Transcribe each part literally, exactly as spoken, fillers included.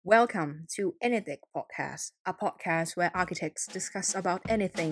Welcome to Anytech Podcast, a podcast where architects discuss about anything.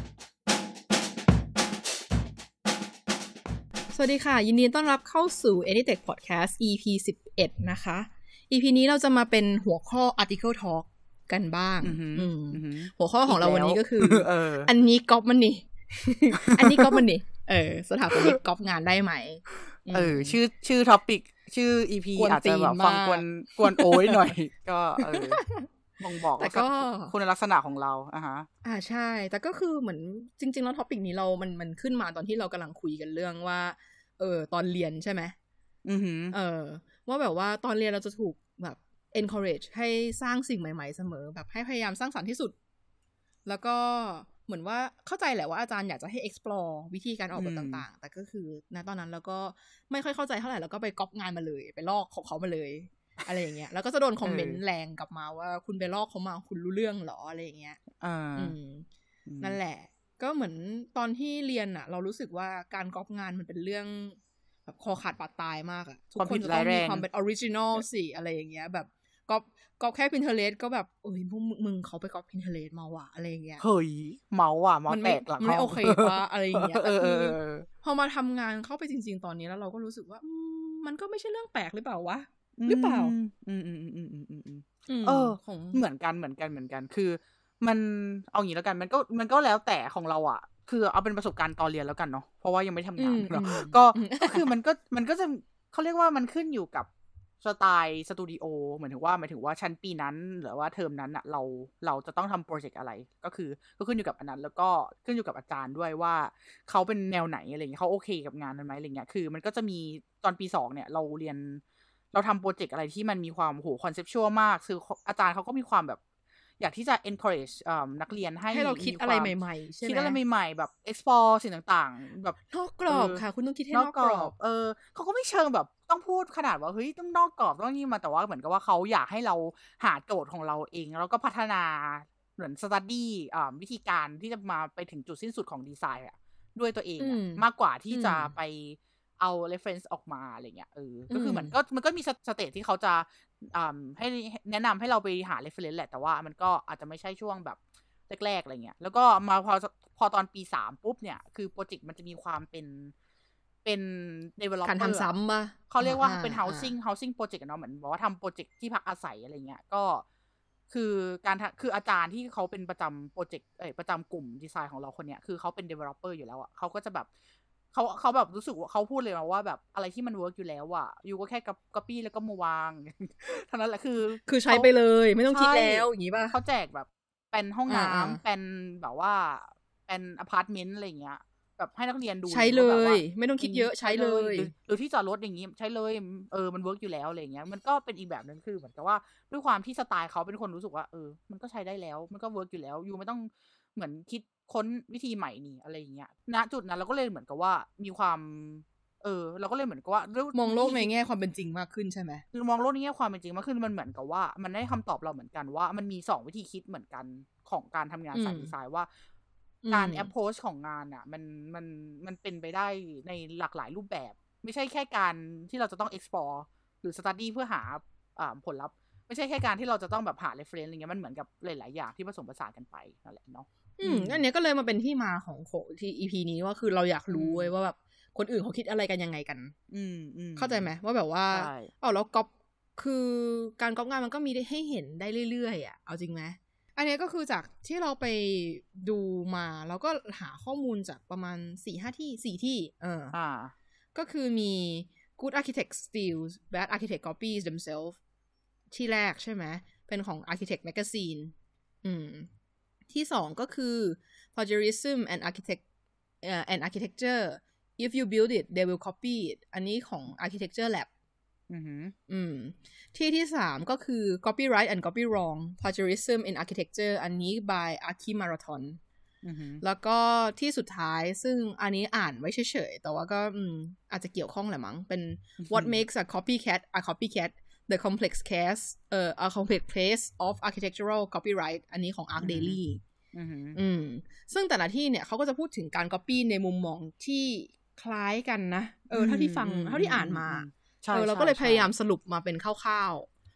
สวัสดีค่ะยินดีต้อนรับเข้าสู่ Anytech Podcast อี พี สิบเอ็ดนะคะ อี พี นี้เราจะมาเป็นหัวข้อ Article Talk กันบ้าง mm-hmm. Mm-hmm. หัวข้อของเราวันนี้ก็คือ อันนี้ก๊อปมันนี่ อันนี้ก๊อปมันนี่เออสถาปนิกก๊อปงานได้ไหมเออชื่อชื่อท็อปิกชื่อ อี พี อาจจะแบบฟังกวนกวนโอยหน่อย ก็เออบ่งบอกแล้วก็คุณลักษณะของเราอ่ะฮะอ่าใช่แต่ก็คือเหมือนจริงๆแล้วท็อปิกนี้เรามันมันขึ้นมาตอนที่เรากำลังคุยกันเรื่องว่าเออตอนเรียนใช่ไหมอือหือเออว่าแบบว่าตอนเรียนเราจะถูกแบบ encourage ให้สร้างสิ่งใหม่ๆเสมอแบบให้พยายามสร้างสรรค์ที่สุดแล้วก็เหมือนว่าเข้าใจแหละว่าอาจารย์อยากจะให้ explore วิธีการออกแบบต่างๆแต่ก็คือณตอนนั้นเราก็ไม่ค่อยเข้าใจเท่าไหร่แล้วก็ไปก๊อปงานมาเลยไปลอกของเขามาเลยอะไรอย่างเงี้ยแล้วก็จะโดนคอมเมนต์แรงกลับมาว่าคุณไปลอกเขามาคุณรู้เรื่องหรออะไรอย่างเงี้ยอ่านั่นแหละก็เหมือนตอนที่เรียนอะเรารู้สึกว่าการก๊อปงานมันเป็นเรื่องแบบคอขาดบาดตายมากอะทุกคนจะต้องมีความเป็นออริจินอลสิอะไรอย่างเงี้ยแบบก๊อปก๊อปแค่ Pinterest ก็แบบเอ้ยพวกมึงเขาไปก๊อป Pinterest มาว่ะอะไรอย่างเงี้ยเฮ้ยเมาว่ะเมาแตกหลังมันไม่โอเคป่ะอะไรอย่างเงี้ยแต่คือพอมาทำงานเข้าไปจริงๆตอนนี้แล้วเราก็รู้สึกว่ามันก็ไม่ใช่เรื่องแปลกหรือเปล่าวะหรือเปล่าอืมอืมอืมอืมอืมอืมเออเหมือนกันเหมือนกันเหมือนกันคือมันเอาอย่างนี้แล้วกันมันก็มันก็แล้วแต่ของเราอ่ะคือเอาเป็นประสบการณ์ตอนเรียนแล้วกันเนาะเพราะว่ายังไม่ทำงานเนาะก็ก็คือมันก็มันก็จะเขาเรียกว่ามันขึ้นอยู่กับสไตล์สตูดิโอเหมือนถึงว่าหมายถึงว่าชั้นปีนั้นหรือว่าเทอมนั้นอะเราเราจะต้องทำโปรเจกต์อะไรก็คือก็ขึ้นอยู่กับอันนั้นแล้วก็ขึ้นอยู่กับอาจารย์ด้วยว่าเขาเป็นแนวไหนอะไรเงี้ยเขาโอเคกับงานนั้นไหมอะไรเงี้ยคือมันก็จะมีตอนปีสองเนี่ยเราเรียนเราทำโปรเจกต์อะไรที่มันมีความโหคอนเซปชวลมากคืออาจารย์เขาก็มีความแบบอยากที่จะ encourage นักเรียนให้ให้เราคิดอะไรใหม่ๆใช่ไหมคิดอะไรใหม่ๆแบบ explore สิ่งต่างๆแบบนอกกรอบค่ะคุณต้องคิดให้นอกกรอบเออเขาก็ไม่เชิงแบบต้องพูดขนาดว่าเฮ้ยต้องนอกกรอบต้องนี่มาแต่ว่าเหมือนกับว่าเขาอยากให้เราหาโจทย์ของเราเองแล้วก็พัฒนาเหมือน study อ่าวิธีการที่จะมาไปถึงจุดสิ้นสุดของดีไซน์อะด้วยตัวเองมากกว่าที่จะไปเอา reference ออกมาอะไรเงี้ยเออก็คือเหมือนก็มันก็มีสเตจที่เขาจะอ่าให้แนะนำให้เราไปหา reference แหละแต่ว่ามันก็อาจจะไม่ใช่ช่วงแบบแรกๆอะไรเงี้ยแล้วก็มาพอพอตอนปีสามปุ๊บเนี่ยคือโปรเจกต์มันจะมีความเป็นเป็น developer การทำซ้ำป่ะเขาเรียกว่าเป็น housing housing project เนาะเหมือนบอกว่าทำโปรเจกต์ที่พักอาศัยอะไรเงี้ยก็คือการคืออาจารย์ที่เขาเป็นประจำโปรเจกต์เอ้ยประจำกลุ่มดีไซน์ของเราคนเนี้ยคือเขาเป็น developer อยู่แล้วอ่ะเขาก็จะแบบเขาเขาแบบรู้สึกว่าเขาพูดเลยนะว่าแบบอะไรที่มันเวิร์กอยู่แล้วอ่ะยูก็แค่ก๊อปปี้แล้วก็มาวางเท่านั้นแหละคือคือใช้ไปเลยไม่ต้องคิดแล้วอย่างงี้ป่ะเขาแจกแบบเป็นห้องน้ำเป็นแบบว่าเป็นอพาร์ตเมนต์อะไรเงี้ยแบบให้นักเรียนดูใช้เลยไม่ต้องคิดเยอะใช้เลยหรือที่จอดรถอย่างงี้ใช้เลยเออมันเวิร์กอยู่แล้วอะไรเงี้ยมันก็เป็นอีกแบบนึงคือเหมือนกับว่าด้วยความที่สไตล์เขาเป็นคนรู้สึกว่าเออมันก็ใช้ได้แล้วมันก็เวิร์กอยู่แล้วยูไม่ต้องเหมือนคิดค้นวิธีใหม่นี่อะไรอย่างเงี้ยณจุดนั้นเราก็เลยเหมือนกับว่ามีความเออเราก็เลยเหมือนกับว่ามองโลกในแง่ความเป็นจริงมากขึ้นใช่ไหมคือมองโลกในแง่ความเป็นจริงมากขึ้นมันเหมือนกับว่ามันได้คำตอบเราเหมือนกันว่ามันมีสองวิธีคิดเหมือนกันของการทำงานสายดีไซน์ว่าการ approach ของงานอ่ะมันมันมันเป็นไปได้ในหลากหลายรูปแบบไม่ใช่แค่การที่เราจะต้อง explore หรือ study เพื่อหาผลลัพธ์ไม่ใช่แค่การที่เราจะต้องแบบหา reference อะไรเงี้ยมันเหมือนกับหลายๆอย่างที่ผสมผสานกันไปนั่นแหละเนาะอืมอันนี้ก็เลยมาเป็นที่มาของที่ อี พี นี้ว่าคือเราอยากรู้เว้ยว่าแบบคนอื่นเขาคิดอะไรกันยังไงกันอืมเข้าใจไหมว่าแบบว่าอ๋อแล้วก๊อปคือการก๊อปงานมันก็มีให้เห็นได้เรื่อยๆอ่ะเอาจริงไหมอันนี้ก็คือจากที่เราไปดูมาแล้วก็หาข้อมูลจากประมาณ สี่ห้า ที่สี่ที่เอออ่าก็คือมี good architect steals bad architect copies themselves ที่แรกใช่ไหมเป็นของ architect magazine อืมที่สองก็คือ plagiarism and architect uh, and architecture if you build it they will copy it อันนี้ของ architecture lab อือหืออืมที่ที่สามก็คือ copyright and copy wrong plagiarism in architecture อันนี้ by Archi Marathon อือหือแล้วก็ที่สุดท้ายซึ่งอันนี้อ่านไว้เฉยๆแต่ว่าก็อืมอาจจะเกี่ยวข้องแหละมั้งเป็น what makes a copycat a copycat the complex case เอ่อ a complex case of architectural copyright อันนี้ของ Arc Daily อือหืออืมซึ่งแต่ละที่เนี่ยเขาก็จะพูดถึงการ copy ในมุมมองที่คล้ายกันนะเออเท่าที่ฟังเท่าที่อ่านมาเออเราก็เลยพยายามสรุปมาเป็นคร่าว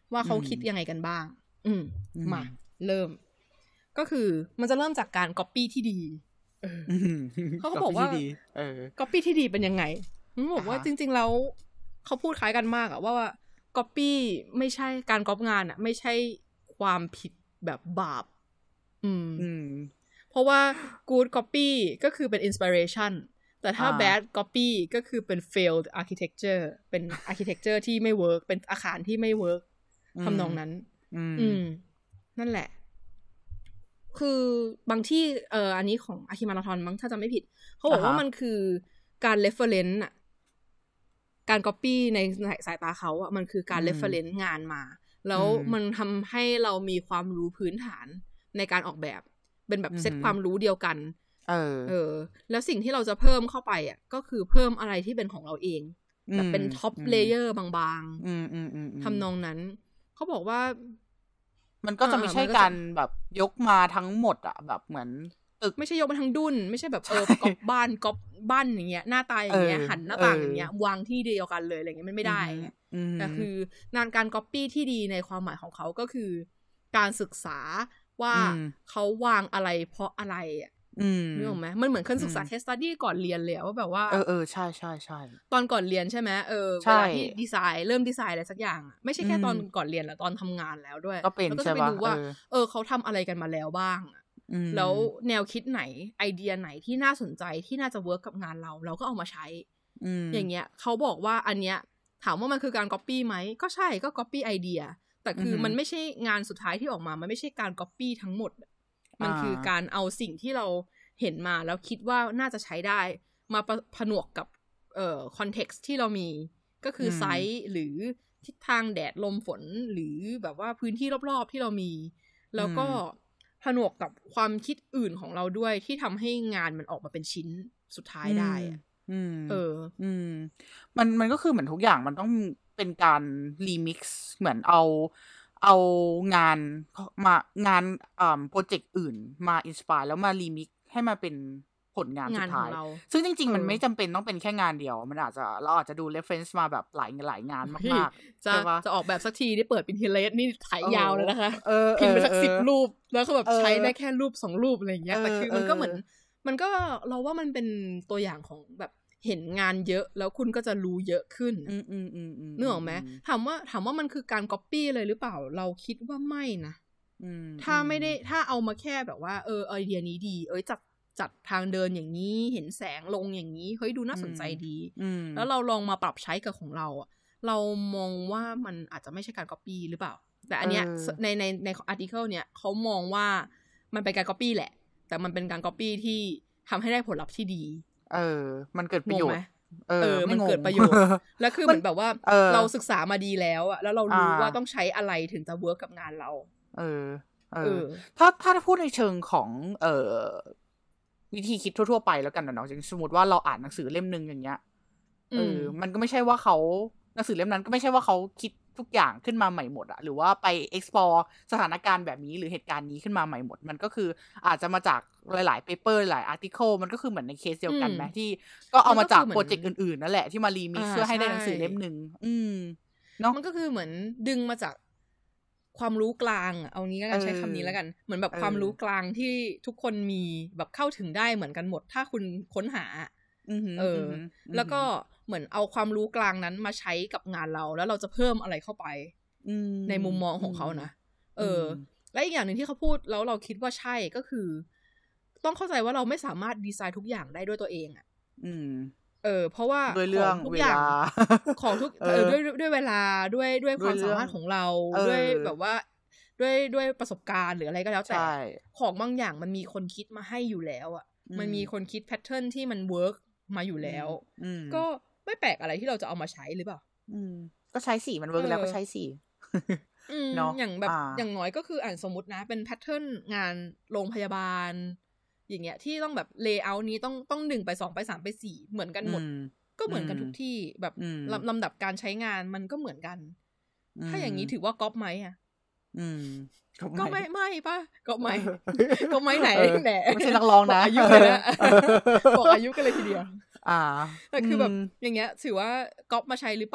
ว่าเขาคิดยังไงกันบ้าง อืมมาเริ่มก็คือมันจะเริ่มจากการ copy ที่ดีเขาก็บอกว่า copy ที่ดีเป็นยังไงมันบอกว่าจริงๆแล้วเขาพูดคล้ายกันมากอะว่า copy ไม่ใช่การก๊อปงานอะไม่ใช่ความผิดแบบบาปอืมเพราะว่า good copy ก็คือเป็น inspiration แต่ถ้า bad copy ก็คือเป็น failed architecture เป็น architecture ที่ไม่ work เป็นอาคารที่ไม่ work ทำนองนั้นอืมนั่นแหละคือบางที่เอ่ออันนี้ของอาคิมาราธอนมั้งถ้าจำไม่ผิดเขาบอกว่ามันคือการ reference อะการ copy ในสายตาเขาอะมันคือการ reference งานมาแล้วมันทำให้เรามีความรู้พื้นฐานในการออกแบบเป็นแบบเซตความรู้เดียวกันเออเออแล้วสิ่งที่เราจะเพิ่มเข้าไปอ่ะก็คือเพิ่มอะไรที่เป็นของเราเองแบบเป็นท็อปเลเยอร์บางๆทำนองนั้นเขาบอกว่ามันก็จะไม่ใช่การแบบยกมาทั้งหมดอ่ะแบบเหมือนตึกไม่ใช่ยกมาทั้งดุนไม่ใช่แบบเออก๊อปบ้านก๊อปบ้านอย่างเงี้ยหน้าตาอย่างเงี้ยหันหน้าต่างอย่างเงี้ยวางที่เดียวกันเลยอะไรเงี้ยมันไม่ได้แต่คืองานการก๊อปปี้ที่ดีในความหมายของเขาก็คือการศึกษาว่าเขาวางอะไรเพราะอะไรอ่ะนึกออกไหมมันเหมือนเคยศึกษา case study ก่อนเรียนเลยว่าแบบว่าเออเออใช่ใช่ใช่ตอนก่อนเรียนใช่ไหมเออเวลาที่ดีไซน์เริ่มดีไซน์อะไรสักอย่างไม่ใช่แค่ตอนก่อนเรียนแล้วตอนทำงานแล้วด้วยแล้วก็จะไปดูว่าเออเขาทำอะไรกันมาแล้วบ้างแล้วแนวคิดไหนไอเดียไหนที่น่าสนใจที่น่าจะเวิร์กกับงานเราเราก็เอามาใช้อย่างเงี้ยเขาบอกว่าอันเนี้ยถามว่ามันคือการ copy ไหมก็ใช่ก็ copy ไอเดียแต่คือมันไม่ใช่งานสุดท้ายที่ออกมามันไม่ใช่การ copy ทั้งหมดมันคือการเอาสิ่งที่เราเห็นมาแล้วคิดว่าน่าจะใช้ได้มาผนวกกับเอ่อคอนเท็กซ์ที่เรามีก็คือไซส์หรือทิศทางแดดลมฝนหรือแบบว่าพื้นที่รอบๆที่เรามีแล้วก็ผนวกกับความคิดอื่นของเราด้วยที่ทำให้งานมันออกมาเป็นชิ้นสุดท้ายได้อ่ะเอออืมมันมันก็คือเหมือนทุกอย่างมันต้องเป็นการรีมิกซ์เหมือนเอาเอางานมางานอ่าโปรเจกต์อื่นมาอินสไปร์แล้วมารีมิกซ์ให้มาเป็นผลงานสุดท้ายซึ่งจริงๆมันไม่จำเป็นต้องเป็นแค่งานเดียวมันอาจจะเราอาจจะดู reference มาแบบหลายหลายงานมากๆจะจะออกแบบสักทีได้เปิด Pinterest นี่ถ่ายยาวเลยนะคะพิมพ์ไปสักสิบรูปแล้วก็แบบใช้ได้แค่รูปสองรูปอะไรอย่างเงี้ยแต่คือมันก็เหมือนมันก็เราว่ามันเป็นตัวอย่างของแบบเห็นงานเยอะแล้วคุณก็จะรู้เยอะขึ้นนึกออกไหมถามว่าถามว่ามันคือการ copy เลยหรือเปล่าเราคิดว่าไม่นะถ้าไม่ได้ถ้าเอามาแค่แบบว่าเออไอเดียนี้ดีเอ้ยจัดจัดทางเดินอย่างนี้เห็นแสงลงอย่างนี้เฮ้ยดูน่าสนใจดีแล้วเราลองมาปรับใช้กับของเราอ่ะเรามองว่ามันอาจจะไม่ใช่การ copy หรือเปล่าแต่อันเนี้ยในในในอาร์ติเคิลเนี้ยเขามองว่ามันเป็นการ copy แหละแต่มันเป็นการ copy ที่ทำให้ได้ผลลัพธ์ที่ดีเออมันเกิดประโยชน์เออมันเกิดประโยชน์แล้วคือเหมือนแบบว่าเราศึกษามาดีแล้วอ่ะแล้วเรารู้ว่าต้องใช้อะไรถึงจะเวิร์กกับงานเราเออเออถ้าถ้าพูดในเชิงของเอ่อวิธีคิดทั่วๆไปแล้วกันนะเนาะสมมติว่าเราอ่านหนังสือเล่มนึงอย่างเงี้ยเออมันก็ไม่ใช่ว่าเขาหนังสือเล่มนั้นก็ไม่ใช่ว่าเขาคิดทุกอย่างขึ้นมาใหม่หมดอะหรือว่าไป explore สถานการณ์แบบนี้หรือเหตุการณ์นี้ขึ้นมาใหม่หมดมันก็คืออาจจะมาจากหลายๆ paper หลาย article มันก็คือเหมือนในเคสเดียวกันไหมที่ก็เอามาจากโปรเจกต์อื่นๆนั่นแหละที่มารีมิกซ์เพื่อให้ได้หนังสือเล่มนึงอืมเนาะมันก็คือเหมือนดึงมาจากความรู้กลางเอางี้แล้วกันใช้คำนี้แล้วกันเหมือนแบบความรู้กลางที่ทุกคนมีแบบเข้าถึงได้เหมือนกันหมดถ้าคุณค้นหาเออแล้วก็เหมือนเอาความรู้กลางนั้นมาใช้กับงานเราแล้วเราจะเพิ่มอะไรเข้าไปในมุมมองของเขานะเออและอีกอย่างหนึ่งที่เขาพูดแล้วเราคิดว่าใช่ก็คือต้องเข้าใจว่าเราไม่สามารถดีไซน์ทุกอย่างได้ด้วยตัวเองอ่ะเออเพราะว่าด้วยเรื่องทุกอย่างของทุกเออด้วยด้วยเวลาด้วยด้วยความสามารถของเราด้วยแบบว่าด้วยด้วยประสบการณ์หรืออะไรก็แล้วแต่ของบางอย่างมันมีคนคิดมาให้อยู่แล้วอ่ะมันมีคนคิดแพทเทิร์นที่มันเวิร์กมาอยู่แล้วก็ไม่แปลกอะไรที่เราจะเอามาใช้หรือเปล่าก็ใช้สีมันเวิร์กแล้วก็ใช้สีเนาะอย่างแบบอย่างน้อยก็คืออ่านสมมตินะเป็นแพทเทิร์นงานโรงพยาบาลอย่างเงี้ยที่ต้องแบบเลเยอร์นี้ต้องต้องหนึ่งไปสองไปสามไปสี่เหมือนกันหมดก็เหมือนกันทุกที่แบบลำดับการใช้งานมันก็เหมือนกันถ้าอย่างนี้ถือว่าก๊อปไหมอ่ะก็ไม่ไม่ป่ะก็ไม่ก็ไม่ไหนแหนไม่ใช่นักร้องนะอายุเลยนะบอกอายุกันเลยทีเดียวอ่าแต่คือแบบอย่างเงี้ยถือว่าก๊อปมาใช้หรือเปล่า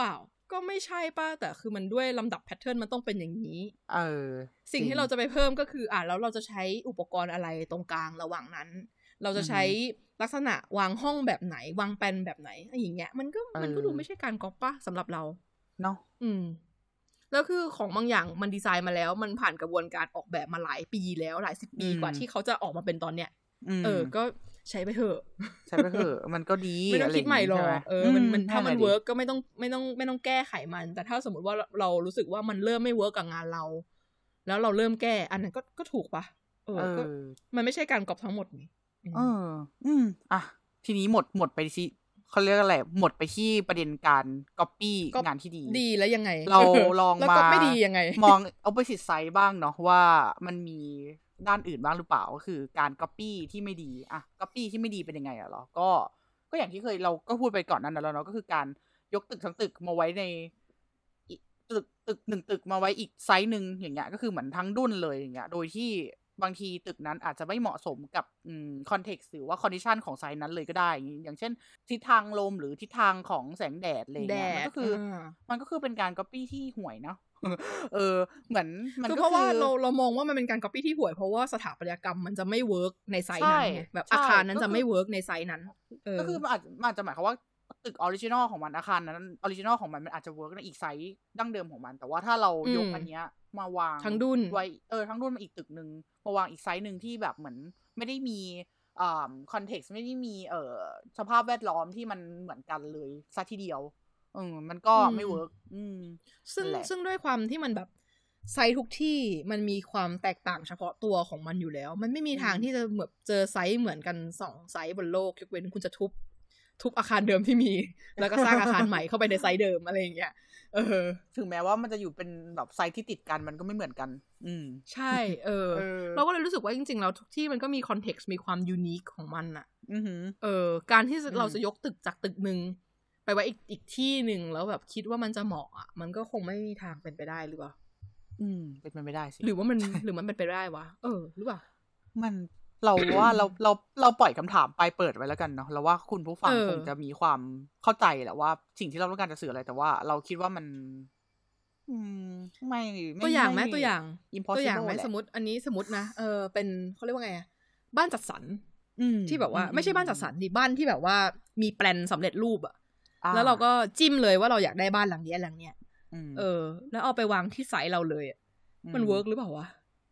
ก็ไม่ใช่ป่ะแต่คือมันด้วยลำดับแพทเทิร์นมันต้องเป็นอย่างนี้เออสิ่งที่เราจะไปเพิ่มก็คืออ่ะแล้วเราจะใช้อุปกรณ์อะไรตรงกลางระหว่างนั้นเราจะใช้ลักษณะวางห้องแบบไหนวางแปลนแบบไหนอะไรอย่างเงี้ยมันก็มันก็ดูไม่ใช่การก๊อปป่ะสำหรับเราเนาะอืมแล้วคือของบางอย่างมันดีไซน์มาแล้วมันผ่านกระบวนการออกแบบมาหลายปีแล้วหลายสิบปีกว่าที่เขาจะออกมาเป็นตอนเนี้ยเออก็ใช้ไปเถอะใช้ไปเถอะมันก็ดีไม่ต้องคิดใหม่หรอกเออมันมันถ้ามันเวิร์กก็ไม่ต้องไม่ต้องไม่ต้องแก้ไขมันแต่ถ้าสมมติว่าเรารู้สึกว่ามันเริ่มไม่เวิร์กกับงานเราแล้วเราเริ่มแก้อันนั้นก็ก็ถูกปะเออก็มันไม่ใช่การก๊อปทั้งหมดนี่เอออืมอ่ะทีนี้หมดหมดไปที่เขาเรียกอะไรหมดไปที่ประเด็นการก๊อปปี้งานที่ดีดีแล้วยังไงเราลองมาไม่ดียังไงมอง opposite side บ้างเนาะว่ามันมีด้านอื่นบ้างหรือเปล่าก็คือการก๊อปปี้ที่ไม่ดีอ่ะก๊อปปี้ที่ไม่ดีเป็นยังไงอ่ะหรอก็ก็อย่างที่เคยเราก็พูดไปก่อนนั้นแล้วเนาะก็คือการยกตึกทั้งตึกมาไว้ในตึกตึกหนึ่งตึกมาไว้อีกไซส์นึงอย่างเงี้ยก็คือเหมือนทั้งดุ้นเลยอย่างเงี้ยโดยที่บางทีตึกนั้นอาจจะไม่เหมาะสมกับอืมคอนเท็กซ์หรือว่าคอนดิชันของไซส์นั้นเลยก็ได้อย่างเช่นทิศทางลมหรือทิศทางของแสงแดดอะไรเงี้ยมันก็คือมันก็คือเป็นการก๊อปปี้ที่ห่วยเนาะเออเหมือนมันก็คือเพราะว่าเราเรามองว่ามันเป็นการก๊อปปี้ที่ห่วยเพราะว่าสถาปัตยกรรมมันจะไม่เวิร์กในไซส์นั้นไงแบบอาคารนั้นจะไม่เวิร์กในไซส์นั้นก็คือมันอาจมันอาจจะหมายความว่าตึกออริจินอลของมันอาคารนั้นออริจินอลของมันมันอาจจะเวิร์กในอีกไซส์ดั้งเดิมของมันแต่ว่าถ้าเรายกอันเนี้ยมาวางทั้งดุ้นไว้เออทั้งดุ้นมาอีกตึกนึงมาวางอีกไซส์นึงที่แบบเหมือนไม่ได้มีอ่าคอนเท็กซ์ไม่ได้มีเอ่อสภาพแวดล้อมที่มันเหมือนกันเลยซะทีเดียวเออมันก็ไม่เวิร์กอืมซึ่งซึ่งด้วยความที่มันแบบไซส์ทุกที่มันมีความแตกต่างเฉพาะตัวของมันอยู่แล้วมันไม่มีทางที่จะแบบเจอไซส์เหมือนกันสองไซส์บนโลกยกเว้นคุณจะทุบทุบอาคารเดิมที่มีแล้วก็สร้างอาคารใหม่เข้าไปในไซส์เดิมอะไรอย่างเงี้ยเออถึงแม้ว่ามันจะอยู่เป็นแบบไซส์ที่ติดกันมันก็ไม่เหมือนกันอืมใช่เออ เราก็เลยรู้สึกว่าจริงๆแล้วทุกที่มันก็มีคอนเท็กซ์มีความยูนิคของมันอ่ะเออการที่เราจะยกตึกจากตึกนึงไปไว้อีกอีกที่นึงแล้วแบบคิดว่ามันจะเหมาะอ่ะมันก็คงไม่มีทางเป็นไปได้หรือเปล่าอืมเป็นไปไม่ได้สิหรือว่ามันหรือมันเป็นไปได้วะเออหรือเปล่ามันเราว่าเราเราเราปล่อยคำถามไปเปิดไว้แล้วกันเนาะเราว่าคุณผู้ฟังคงจะมีความเข้าใจแหละว่าสิ่งที่เราต้องการจะสื่ออะไรแต่ว่าเราคิดว่ามันอืมไม่ตัวอย่างไหมตัวอย่างตัวอย่างไหมสมมติอันนี้สมมตินะเออเป็นเขาเรียกว่าไงบ้านจัดสรรที่แบบว่าไม่ใช่บ้านจัดสรรดิบ้านที่แบบว่ามีแปลนสำเร็จรูปอะแล้วเราก็จิ้มเลยว่าเราอยากได้บ้านหลังนี้หลังเนี้ยเออแล้วเอาไปวางที่ไซต์เราเลยมันเวิร์กหรือเปล่าวะ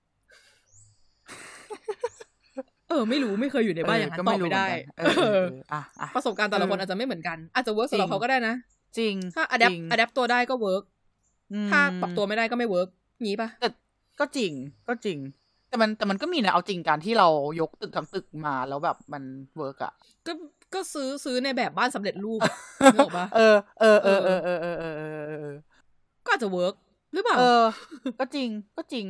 เออไม่รู้ไม่เคยอยู่ในบ้านอย่างนั้นตอบไม่ได้เออประสบการณ์แต่ละคนอาจจะไม่เหมือนกันอาจจะเวิร์กสำหรับเขาก็ได้นะจริงถ้าอะแดปอะแดปตัวได้ก็เวิร์กถ้าปรับตัวไม่ได้ก็ไม่เวิร์กงี้ป่ะแต่ก็จริงก็จริงแต่มันแต่มันก็มีนะเอาจริงการที่เรายกตึกทั้งตึกมาแล้วแบบมันเวิร์กอ่ะก็ก็ซื้อซื้อในแบบบ้านสำเร็จรูปนึกออกป่ะเออเออเออเออเออเออเออเออก็อาจจะเวิร์กหรือเปล่าเออก็จริงก็จริง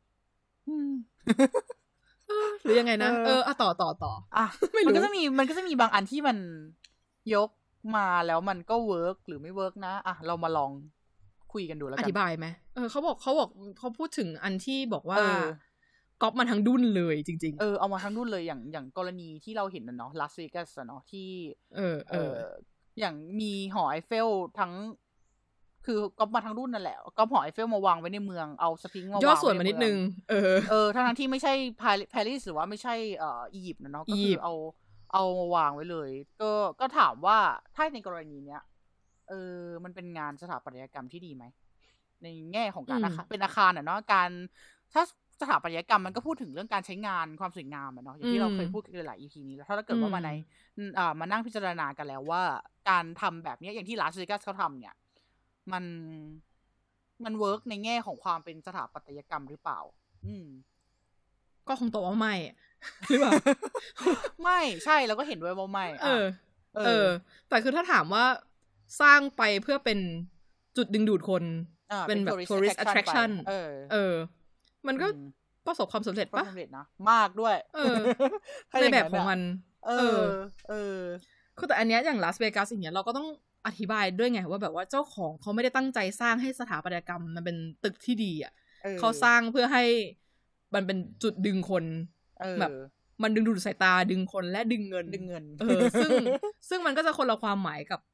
หรือยังไงนะเอออ่ะต่อต่อต่ออ่ะมันก็จะมีมันก็จะมีบางอันที่มันยกมาแล้วมันก็เวิร์กหรือไม่เวิร์กนะอ่ะเรามาลองคุยกันดูแล้วกันอธิบายไหมเออเขาบอกเขาบอกเขาพูดถึงอันที่บอกว่าก๊อปมาทั้งดุ้นเลยจริงๆเออเอามาทั้งดุ้นเลยอย่างอย่างกรณีที่เราเห็นนะเนาะลาสเวกัสเนาะที่เออเอออย่างมีหอไอเฟลทั้งคือก๊อปมาทั้งรุ่นนั่นแหละก๊อปหอไอเฟลมาวางไว้ในเมืองเอาสฟิงค์มาวางย่อส่วนมานิดนึงเออเออทั้งที่ไม่ใช่ปารีสหรือว่าไม่ใช่เอ่ออียิปต์นะเนาะก็คือเอาเอามาวางไว้เลยก็ก็ถามว่าถ้าในกรณีเนี้ยเออมันเป็นงานสถาปัตยกรรมที่ดีไหมในแง่ของการอาคารเป็นอาคารอ่ะเนาะการถ้าสถาปัตยกรรมมันก็พูดถึงเรื่องการใช้งานความสวยงามอ่ะเนาะอย่างที่เราเคยพูดกันหลาย อี พี นี้แล้วถ้าเกิดว่ามาในอ่ามานั่งพิจารณากันแล้วว่าการทำแบบนี้อย่างที่ลาสเวกัสเขาทำเนี่ยมันมันเวิร์กในแง่ของความเป็นสถาปัตยกรรมหรือเปล่าอืมก็คงตอบว่าไม่หรือเปล่าไม่ใช่เราก็เห็นด้วยว่าไม่เออเออแต่คือถ้าถามว่าสร้างไปเพื่อเป็นจุดดึงดูดคนเป็นแบบ tourist attraction เออเออมันก็ประสบความสำเร็จป่ะสำเร็จนะมากด้วยเออในแบบของมันเออเออคือแต่อันเนี้ยอย่างลาสเวกัสอย่างเงี้ยเราก็ต้องอธิบายด้วยไงว่าแบบว่าเจ้าของเขาไม่ได้ตั้งใจสร้างให้สถาปัตยกรรมมันเป็นตึกที่ดีอ่ะเขาสร้างเพื่อให้มันเป็นจุดดึงคนแบบมันดึงดูดสายตาดึงคนและดึงเงินดึงเงินเออซึ่งซึ่งมันก็จะคนละความหมายกับ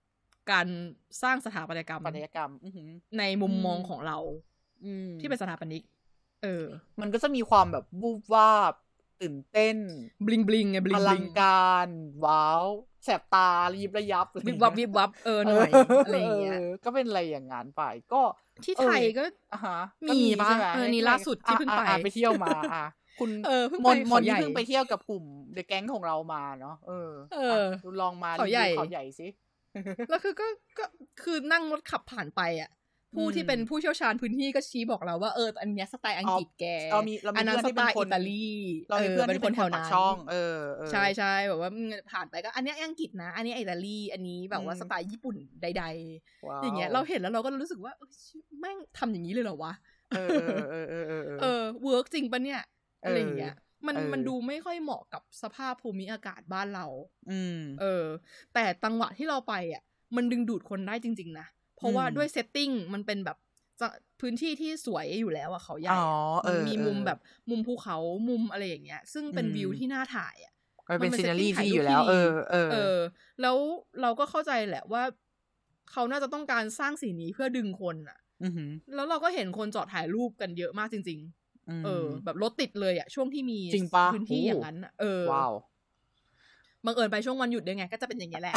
การสร้างสถาปัตยกรรมปัตยกรรมในมุมมองของเราที่เป็นสถาปนิกเออมันก็จะมีความแบบวูบวาบตื่นเต้นบลิงบลิงไงบลิงอลังการว้าวแสบตายิบระยับวิบวับวิบวับเออหน่อยอะไรอย่างเงี้ยก็เป็นอะไรอย่างงั้นไปก็ที่ไทยก็มีป่ะเออนี่ล่าสุดที่เพิ่งไปไปเที่ยวมาอ่ะคุณมนมนที่เพิ่งไปเที่ยวกับกลุ่มเดอะแก๊งของเรามาเนาะเออเออลองมาเขาใหญ่เขาใหญ่สิแล้วคือก็ก็คือนั่งรถขับผ่านไปอ่ะผู้ที่เป็นผู้เชี่ยวชาญพื้นที่ก็ชี้บอกเราว่าเอออันนี้สไตล์อังกฤษแกอันนั้นสไตล์อิตาลีเราเป็นคนแถวนั้นช่องเออใช่ใช่แบบว่าผ่านไปก็อันนี้อังกฤษนะอันนี้อิตาลีอันนี้แบบว่าสไตล์ญี่ปุ่นใดๆอย่างเงี้ยเราเห็นแล้วเราก็รู้สึกว่าแม่งทำอย่างนี้เลยเหรอวะเออเออเออเออเออเวิร์กจริงปะเนี่ยอะไรอย่างเงี้ยมันมันดูไม่ค่อยเหมาะกับสภาพภูมิอากาศบ้านเราอืมเออแต่จังหวะที่เราไปอ่ะมันดึงดูดคนได้จริงๆนะเพราะว่าด้วยเซตติ้งมันเป็นแบบพื้นที่ที่สวยอยู่แล้วอ่ะเขาใหญ่มันมีมุมแบบมุมภูเขามุมอะไรอย่างเงี้ยซึ่งเป็นวิวที่น่าถ่ายอ่ะมันเป็นซีนารีที่อยู่แล้วเออเออเออแล้วเราก็เข้าใจแหละว่าเขาน่าจะต้องการสร้างสิ่งนี้เพื่อดึงคนอ่ะแล้วเราก็เห็นคนจอดถ่ายรูปกันเยอะมากจริงๆเออแบบรถติดเลยอ่ะช่วงที่มีพื้นที่อย่างนั้นเออว้าวบังเอิญไปช่วงวันหยุดด้วยไงก็จะเป็นอย่างเงี้ยแหละ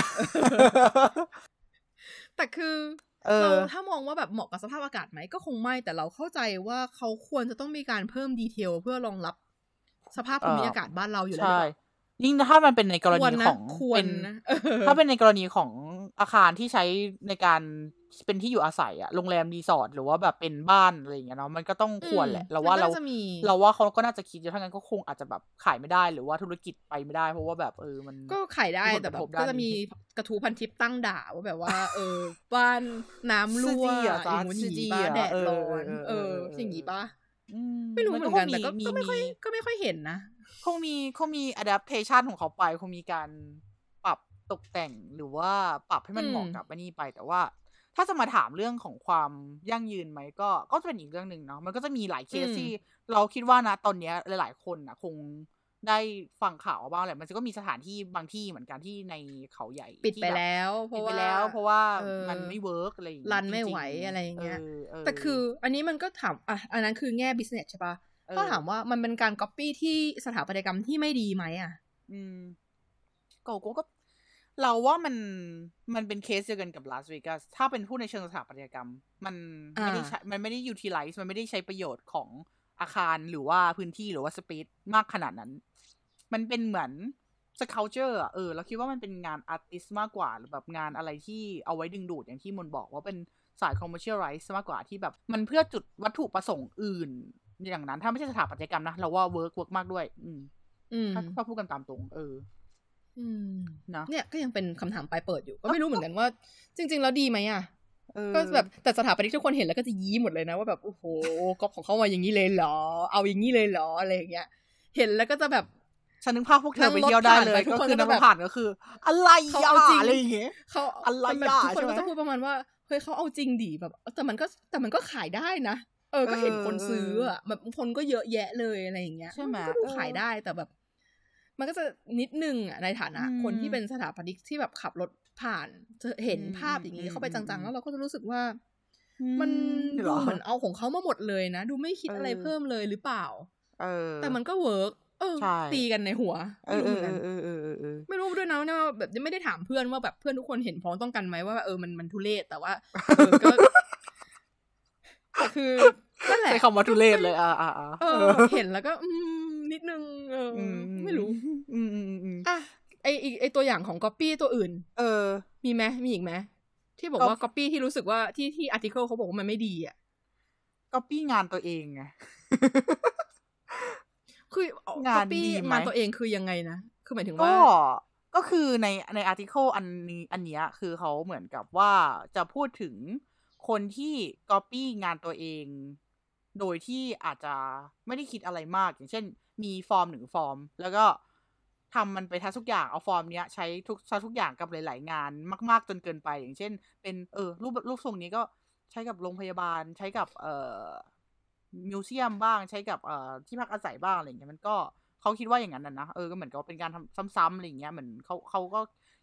แต่คือเราถ้ามองว่าแบบเหมาะกับสภาพอากาศไหมก็คงไม่แต่เราเข้าใจว่าเขาควรจะต้องมีการเพิ่มดีเทลเพื่อรองรับสภาพภูมิอากาศบ้านเราอยู่แล้วยิ่งถ้ามันเป็นในกรณีของเป็นถ้าเป็นในกรณีของอาคารที่ใช้ในการเป็นที่อยู่อาศัยอะโรงแรมรีสอร์ทหรือว่าแบบเป็นบ้านอะไรอย่างเงี้ยเนาะมันก็ต้องควรแหละเราว่าเราเราว่าเขาก็น่าจะคิดอยู่ถ้างั้นก็คงอาจจะแบบขายไม่ได้หรือว่าธุรกิจไปไม่ได้เพราะว่าแบบเออมันก็ขายได้แต่แบบก็จะมีกระทู้พันทิปตั้งด่าว่าแบบว่าเออบ้านน้ำรั่วอย่างงู้นอย่างนี้บ้านแดดร้อนเอออย่างนี้ป่ะไม่รู้เหมือนกันแต่ก็ไม่ค่อยก็ไม่ค่อยเห็นนะคงมีคงมี adaptation ของเขาไปคงมีการปรับตกแต่งหรือว่าปรับให้มันเหมาะกับอันนี้ไปแต่ว่าถ้าจะมาถามเรื่องของความยั่งยืนไหมก็ก็จะเป็นอีกเรื่องนึงเนาะมันก็จะมีหลายเคสที่เราคิดว่านะตอนนี้หลายๆคนนะคงได้ฟังข่าวบ้างแหละมันก็มีสถานที่บางที่เหมือนกันที่ในเขาใหญ่ปิดไปแล้วเพราะว่าปิดไปแล้วเพราะว่ามันไม่เวิร์กอะไรอย่างเงี้ยรันไม่ไหวอะไรอย่างเงี้ยแต่คืออันนี้มันก็ถามอ่ะอันนั้นคือแง่ business ใช่ป่ะก็ถามว่ามันเป็นการ copy ที่สถาปัตยกรรมที่ไม่ดีไหมอ่ะอืมก็ก็เราว่ามันมันเป็นเคสเดียวกันกับลาสเวกัสถ้าเป็นผู้ในเชิงสถาปัตยกรรมมันไม่ได้ใช้มันไม่ได้ utilize มันไม่ได้ใช้ประโยชน์ของอาคารหรือว่าพื้นที่หรือว่าสเปซมากขนาดนั้นมันเป็นเหมือนสเคัลเจอร์อ่ะเออเราคิดว่ามันเป็นงานอาร์ติสต์มากกว่าหรือแบบงานอะไรที่เอาไว้ดึงดูดอย่างที่มนบอกว่าเป็นสาย commercialize มากกว่าที่แบบมันเพื่อจุดวัตถุประสงค์อื่นอย่างนั้นถ้าไม่ใช่สถาปัตยกรรมนะเราว่าเวิร์กเวิร์กมากด้วยอืมถ้าถ้าพูดกันตามตรงเอออืมนะเนี่ยก็ยังเป็นคำถามปลายเปิดอยู่ก็ไม่รู้เหมือนกันว่าจริงๆแล้วดีไหมอ่ะก็แบบแต่สถาปนิกทุกคนเห็นแล้วก็จะยิ้มหมดเลยนะว่าแบบโอ้โหก๊อปของเขามาอย่างนี้เลยเหรอเอาอย่างนี้เลยเหรออะไรอย่างเงี้ยเห็นแล้วก็จะแบบฉันนึกภาพพวกเธอไปเที่ยวได้เลยก็คือนั่งผ่านก็คืออะไรอ่ะอะไรอย่างเงี้ยเขาอะไรอ่ะทุกคนก็จะพูดประมาณว่าเฮ้ยเขาเอาจริงดิแบบแต่มันก็แต่มันก็ขายได้นะเออก็เห็นคนซื้ออ่ะแบบคนก็เยอะแยะเลยอะไรอย่างเงี้ยมันก็ดูขายได้แต่แบบมันก็จะนิดนึงอ่ะในฐานะคนที่เป็นสถาปนิกที่แบบขับรถผ่านจะเห็นภาพอย่างนี้เข้าไปจังๆแล้วเราก็จะรู้สึกว่ามันดูเหมือนเอาของเขามาหมดเลยนะดูไม่คิดอะไรเพิ่มเลยหรือเปล่าแต่มันก็เวิร์กเออตีกันในหัวไม่รู้เหมือนกันไม่รู้ด้วยนะเนี่ยแบบยังไม่ได้ถามเพื่อนว่าแบบเพื่อนทุกคนเห็นพ้องต้องกันไหมว่าเออมันมันทุเรศแต่ว่าเออก็แต่คือนั่นแหละใช้คำว่าทุเรศเลยอ่ะอ่ะเออเห็นแล้วก็นิดนึงเออไม่รู้อ่ะไอไอตัวอย่างของ copy ตัวอื่นเออมีไหมมีอีกไหมที่บอกว่า copy ที่รู้สึกว่าที่ที่ article เขาบอกว่ามันไม่ดีอ่ะ copy งานตัวเองไงคืองานดีงานตัวเองคือยังไงนะคือหมายถึงว่าก็ก็คือในใน article อันนี้อันเนี้ยคือเขาเหมือนกับว่าจะพูดถึงคนที่ copy งานตัวเองโดยที่อาจจะไม่ได้คิดอะไรมากอย่างเช่นมีฟอร์มหนึ่งฟอร์มแล้วก็ทำมันไปทั้งทุกอย่างเอาฟอร์มเนี้ยใช้ทุกใช้ทุกอย่างกับหลายๆงานมากๆจนเกินไปอย่างเช่นเป็นเออรูปรูปทรงนี้ก็ใช้กับโรงพยาบาลใช้กับเอ่อมิวเซียมบ้างใช้กับเอ่อที่พักอาศัยบ้างอะไรอย่างเงี้ยมันก็เขาคิดว่าอย่างนั้นน่ะนะเออก็เหมือนกับเป็นการทำซ้ำๆอะไรอย่างเงี้ยเหมือนเขาเขาก็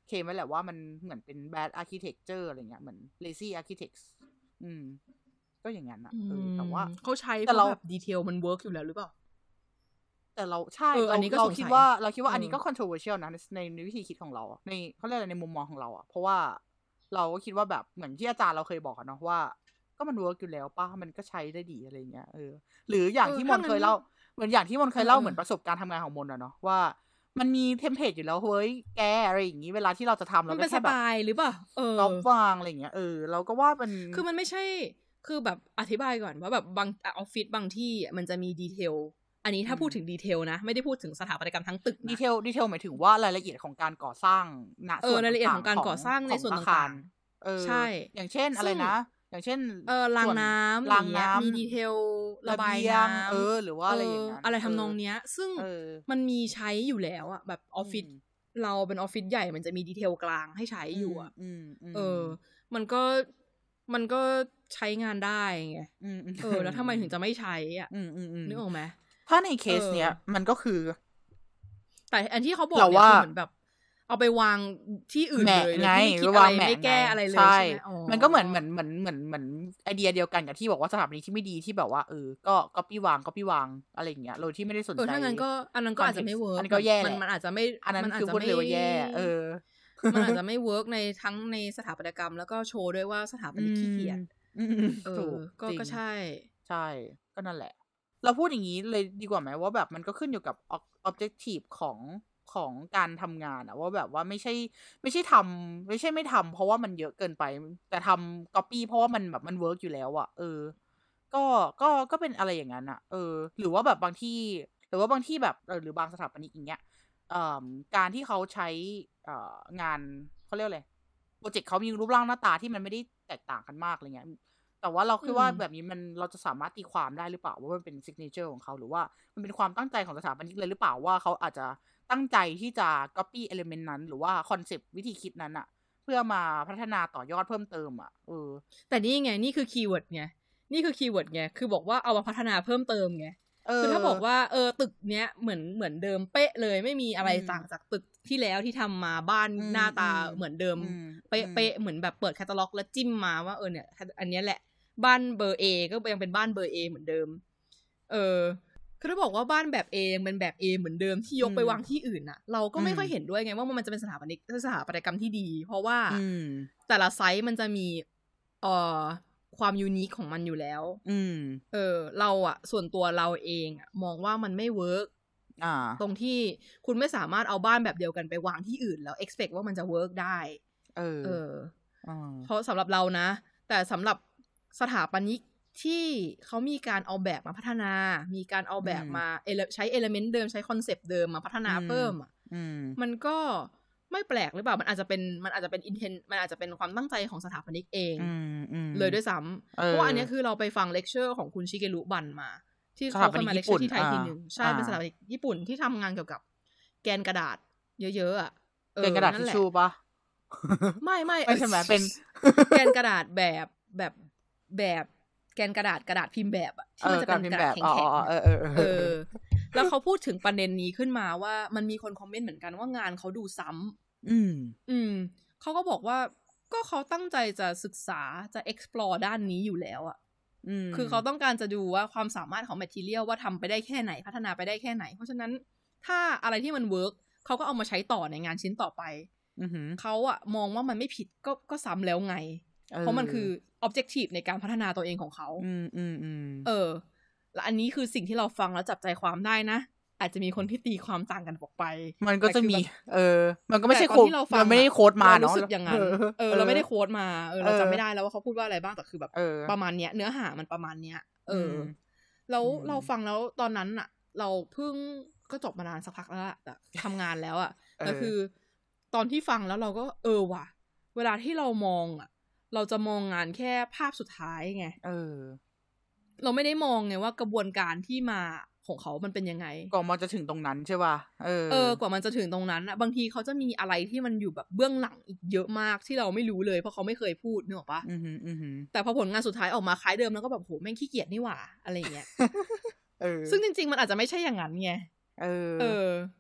เคลมไว้แหละว่ามันเหมือนเป็น bad architecture อะไรเงี้ยเหมือน lazy architects อืมก็อย่างนั้นอ่ะเออแต่ว่าเขาใช้แต่เราแบบดีเทลมันเวิร์กอยู่แล้วหรือเปล่าแต่เราใช่เราเราคิดว่าเราคิดว่าอันนี้ก็ controversial นะในในวิธีคิดของเราในเขาเรียกอะไรในมุมมองของเราอ่ะเพราะว่าเราก็คิดว่าแบบเหมือนที่อาจารย์เราเคยบอกเนาะว่าก็มันเวิร์กอยู่แล้วป่ะมันก็ใช้ได้ดีอะไรเงี้ยเออหรืออย่างที่มนเคยเล่าเหมือนอย่างที่มนเคยเล่าเหมือนประสบการณ์ทำงานของมนอะเนาะว่ามันมีเทมเพลตอยู่แล้วเฮ้ยแกอะไรอย่างงี้เวลาที่เราจะทำเราก็แค่แบบหรือเปล่าเออก๊อปวางอะไรเงี้ยเออเราก็ว่ามันคือมันไม่ใช่คือแบบอธิบายก่อนว่าแบบบางออฟฟิศบางที่มันจะมีดีเทลอันนี้ถ้าพูดถึงดีเทลนะไม่ได้พูดถึงสถาปัตยกรรมทั้งตึกดีเทลดีเทลหมายถึงว่ารายละเอียดของการก่อสร้างณส่วนรายละเอียดของการก่อสร้างในส่วนต่างๆเออใช่อย่างเช่นอะไรนะอย่างเช่นเออรางน้ำรางน้ำมีดีเทลระบายน้ำเออหรือว่าอะไรอย่างเงี้ยอะไรทำนองเนี้ยซึ่งมันมีใช้อยู่แล้วอะแบบออฟฟิศเราเป็นออฟฟิศใหญ่มันจะมีดีเทลกลางให้ใช้อยู่อะเออมันก็มันก็ใช้งานได้ไงเออแล้วทำไมถึงจะไม่ใช้อ่ะนึกออกไหมถ้าในเคสเนี้ยมันก็คือแต่อันที่เขาบอกเนี่ยคือเหมือนแบบเอาไปวางที่อื่นเลยไงคิดอะไรไม่แก้อะไรเลยใช่ไหมมันก็เหมือนเหมือนเหมือนเหมือนเหมือนไอเดียเดียวกันกับที่บอกว่าสถาปนิกที่ไม่ดีที่แบบว่าเออก็ก๊อปปี้วางก๊อปปี้วางอะไรอย่างเงี้ยโดยที่ไม่ได้สนใจเออถ้างั้นก็อันนั้นก็อาจจะไม่เวิร์กอันนี้ก็แย่มันมันอาจจะไม่อันนั้นคือพูดเลยว่าแย่เออมันอาจจะไม่เวิร์กในทั้งในสถาปัตยกรรมแล้วก็โชว์ด้วยว่าสถาปนิกขี้เกียจเออก็ก็ใช่ใช่ก็นั่นแหละเราพูดอย่างนี้เลยดีกว่าไหมว่าแบบมันก็ขึ้นอยู่กับ objective ของของการทำงานอะว่าแบบว่าไม่ใช่ไม่ใช่ทำไม่ใช่ไม่ทำเพราะว่ามันเยอะเกินไปแต่ทำ copy เพราะว่ามันแบบมันเวิร์กอยู่แล้วอะเออก็ก็ก็เป็นอะไรอย่างนั้นอะเออหรือว่าแบบบางที่หรือว่าบางที่แบบเออหรือบางสถาปนิกอย่างเงี้ยเอ่อการที่เขาใช้เอ่องานเขาเรียกอะไรโปรเจกต์เขามีรูปร่างหน้าตาที่มันไม่ได้แตกต่างกันมากอะไรเงี้ยแต่ว่าเราคิดว่าแบบนี้มันเราจะสามารถตีความได้หรือเปล่าว่ามันเป็นซิกเนเจอร์ของเขาหรือว่ามันเป็นความตั้งใจของสถาปนิกเลยหรือเปล่าว่าเขาอาจจะตั้งใจที่จะ copy element นั้นหรือว่าคอนเซปต์วิธีคิดนั้นอะเพื่อมาพัฒนาต่อยอดเพิ่มเติมอะเออแต่นี่ไงนี่คือคีย์เวิร์ดไงนี่คือคีย์เวิร์ดไงคือบอกว่าเอามาพัฒนาเพิ่มเติมไงคือถ้าบอกว่าเออตึกเนี้ยเหมือนเหมือนเดิมเป๊ะเลยไม่มีอะไรต่างจากตึกที่แล้วที่ทำมาบ้านหน้าตาเหมือนเดิมเป๊ะเป๊ะเหมือนแบบเปิดแคตตาล็อกแล้วจิ้มมาว่าเออเนี่ยอันนี้แหละบ้านเบอร์ A ก็ยังเป็นบ้านเบอร์ A เหมือนเดิมเออคือถ้าบอกว่าบ้านแบบ A ยังเป็นแบบ A เหมือนเดิมที่ยกไปวางที่อื่นน่ะเราก็ไม่ค่อยเห็นด้วยไงว่ามันจะเป็นสถาปนิกสถาปัตยกรรมที่ดีเพราะว่าแต่ละไซส์มันจะมีเอ่อความยูนิคของมันอยู่แล้วเออเราอะส่วนตัวเราเองอะมองว่ามันไม่เวิร์กตรงที่คุณไม่สามารถเอาบ้านแบบเดียวกันไปวางที่อื่นแล้ว expect ว่ามันจะเวิร์กได้เออเออเพราะสำหรับเรานะแต่สำหรับสถาปนิกที่เขามีการเอาแบบมาพัฒนามีการเอาแบบมาใช้เอลิเมนต์เดิมใช้คอนเซปต์เดิมมาพัฒนาเพิ่มอ่ะมันก็ไม่แปลกหรือเปล่ามันอาจจะเป็นมันอาจจะเป็นอินเทนมันอาจจะเป็นความตั้งใจของสถาปนิกเองเลยด้วยซ้ำเพราะว่าอันนี้คือเราไปฟังเลคเชอร์ของคุณชิเกรุบันมาที่เขาเคยมาเลคเชอร์ที่ไทยทีนึงใช่เป็นสถาปนิกญี่ปุ่นที่ทำงานเกี่ยวกับแกนกระดาษเยอะๆอ่ะแกนกระดาษทิชชู่ปะไม่ไม่ไม่ใช่ไหมเป็นแกนกระดาษแบบแบบแบบแกนกระดาษกระดาษพิมพ์แบบอ่ะที่มันจะเป็นกระดาษแข็งๆเออเออเออแล้วเขาพูดถึงประเด็นนี้ขึ้นมาว่ามันมีคนคอมเมนต์เหมือนกันว่างานเขาดูซ้ำอืมอืมเขาก็บอกว่าก็เขาตั้งใจจะศึกษาจะ explore ด้านนี้อยู่แล้วอ่ะคือเขาต้องการจะดูว่าความสามารถของ material ว่าทำไปได้แค่ไหนพัฒนาไปได้แค่ไหนเพราะฉะนั้นถ้าอะไรที่มันเวิร์กเขาก็เอามาใช้ต่อในงานชิ้นต่อไปเขาอะมองว่ามันไม่ผิดก็ก็ซ้ำแล้วไงเพราะมันคือ objective ในการพัฒนาตัวเองของเขาอืมอืมอืมเออแล้วอันนี้คือสิ่งที่เราฟังแล้วจับใจความได้นะอาจจะมีคนที่ตีความต่างกันออกไปมันก็จะมีเออมันก็ไม่ใช่โค้ดมันไม่ได้โค้ดมาเนาะรู้สึกอย่างนั้นเออเราไม่ได้โค้ดมาเออเราจำไม่ได้แล้วว่าเขาพูดว่าอะไรบ้างแต่คือแบบประมาณเนี้ยเนื้อหามันประมาณเนี้ยเออแล้วเราฟังแล้วตอนนั้นอะเราเพิ่งก็จบมานานสักพักแล้วแต่ทำงานแล้วอะก็คือตอนที่ฟังแล้วเราก็เออว่ะเวลาที่เรามองอะเราจะมองงานแค่ภาพสุดท้ายไงเออเราไม่ได้มองไงว่ากระบวนการที่มาของเขามันเป็นยังไงก่อนมันจะถึงตรงนั้นใช่ป่ะเออเออกว่ามันจะถึงตรงนั้นอะบางทีเขาจะมีอะไรที่มันอยู่แบบเบื้องหลังอีกเยอะมากที่เราไม่รู้เลยเพราะเขาไม่เคยพูดนึกออกปะอือหืออือหือแต่พอผลงานสุดท้ายออกมาคล้ายเดิมแล้วก็แบบโหแม่งขี้เกียจนี่หว่าอะไรเงี้ยเออซึ่งจริงๆมันอาจจะไม่ใช่อย่างนั้นไงเออเออ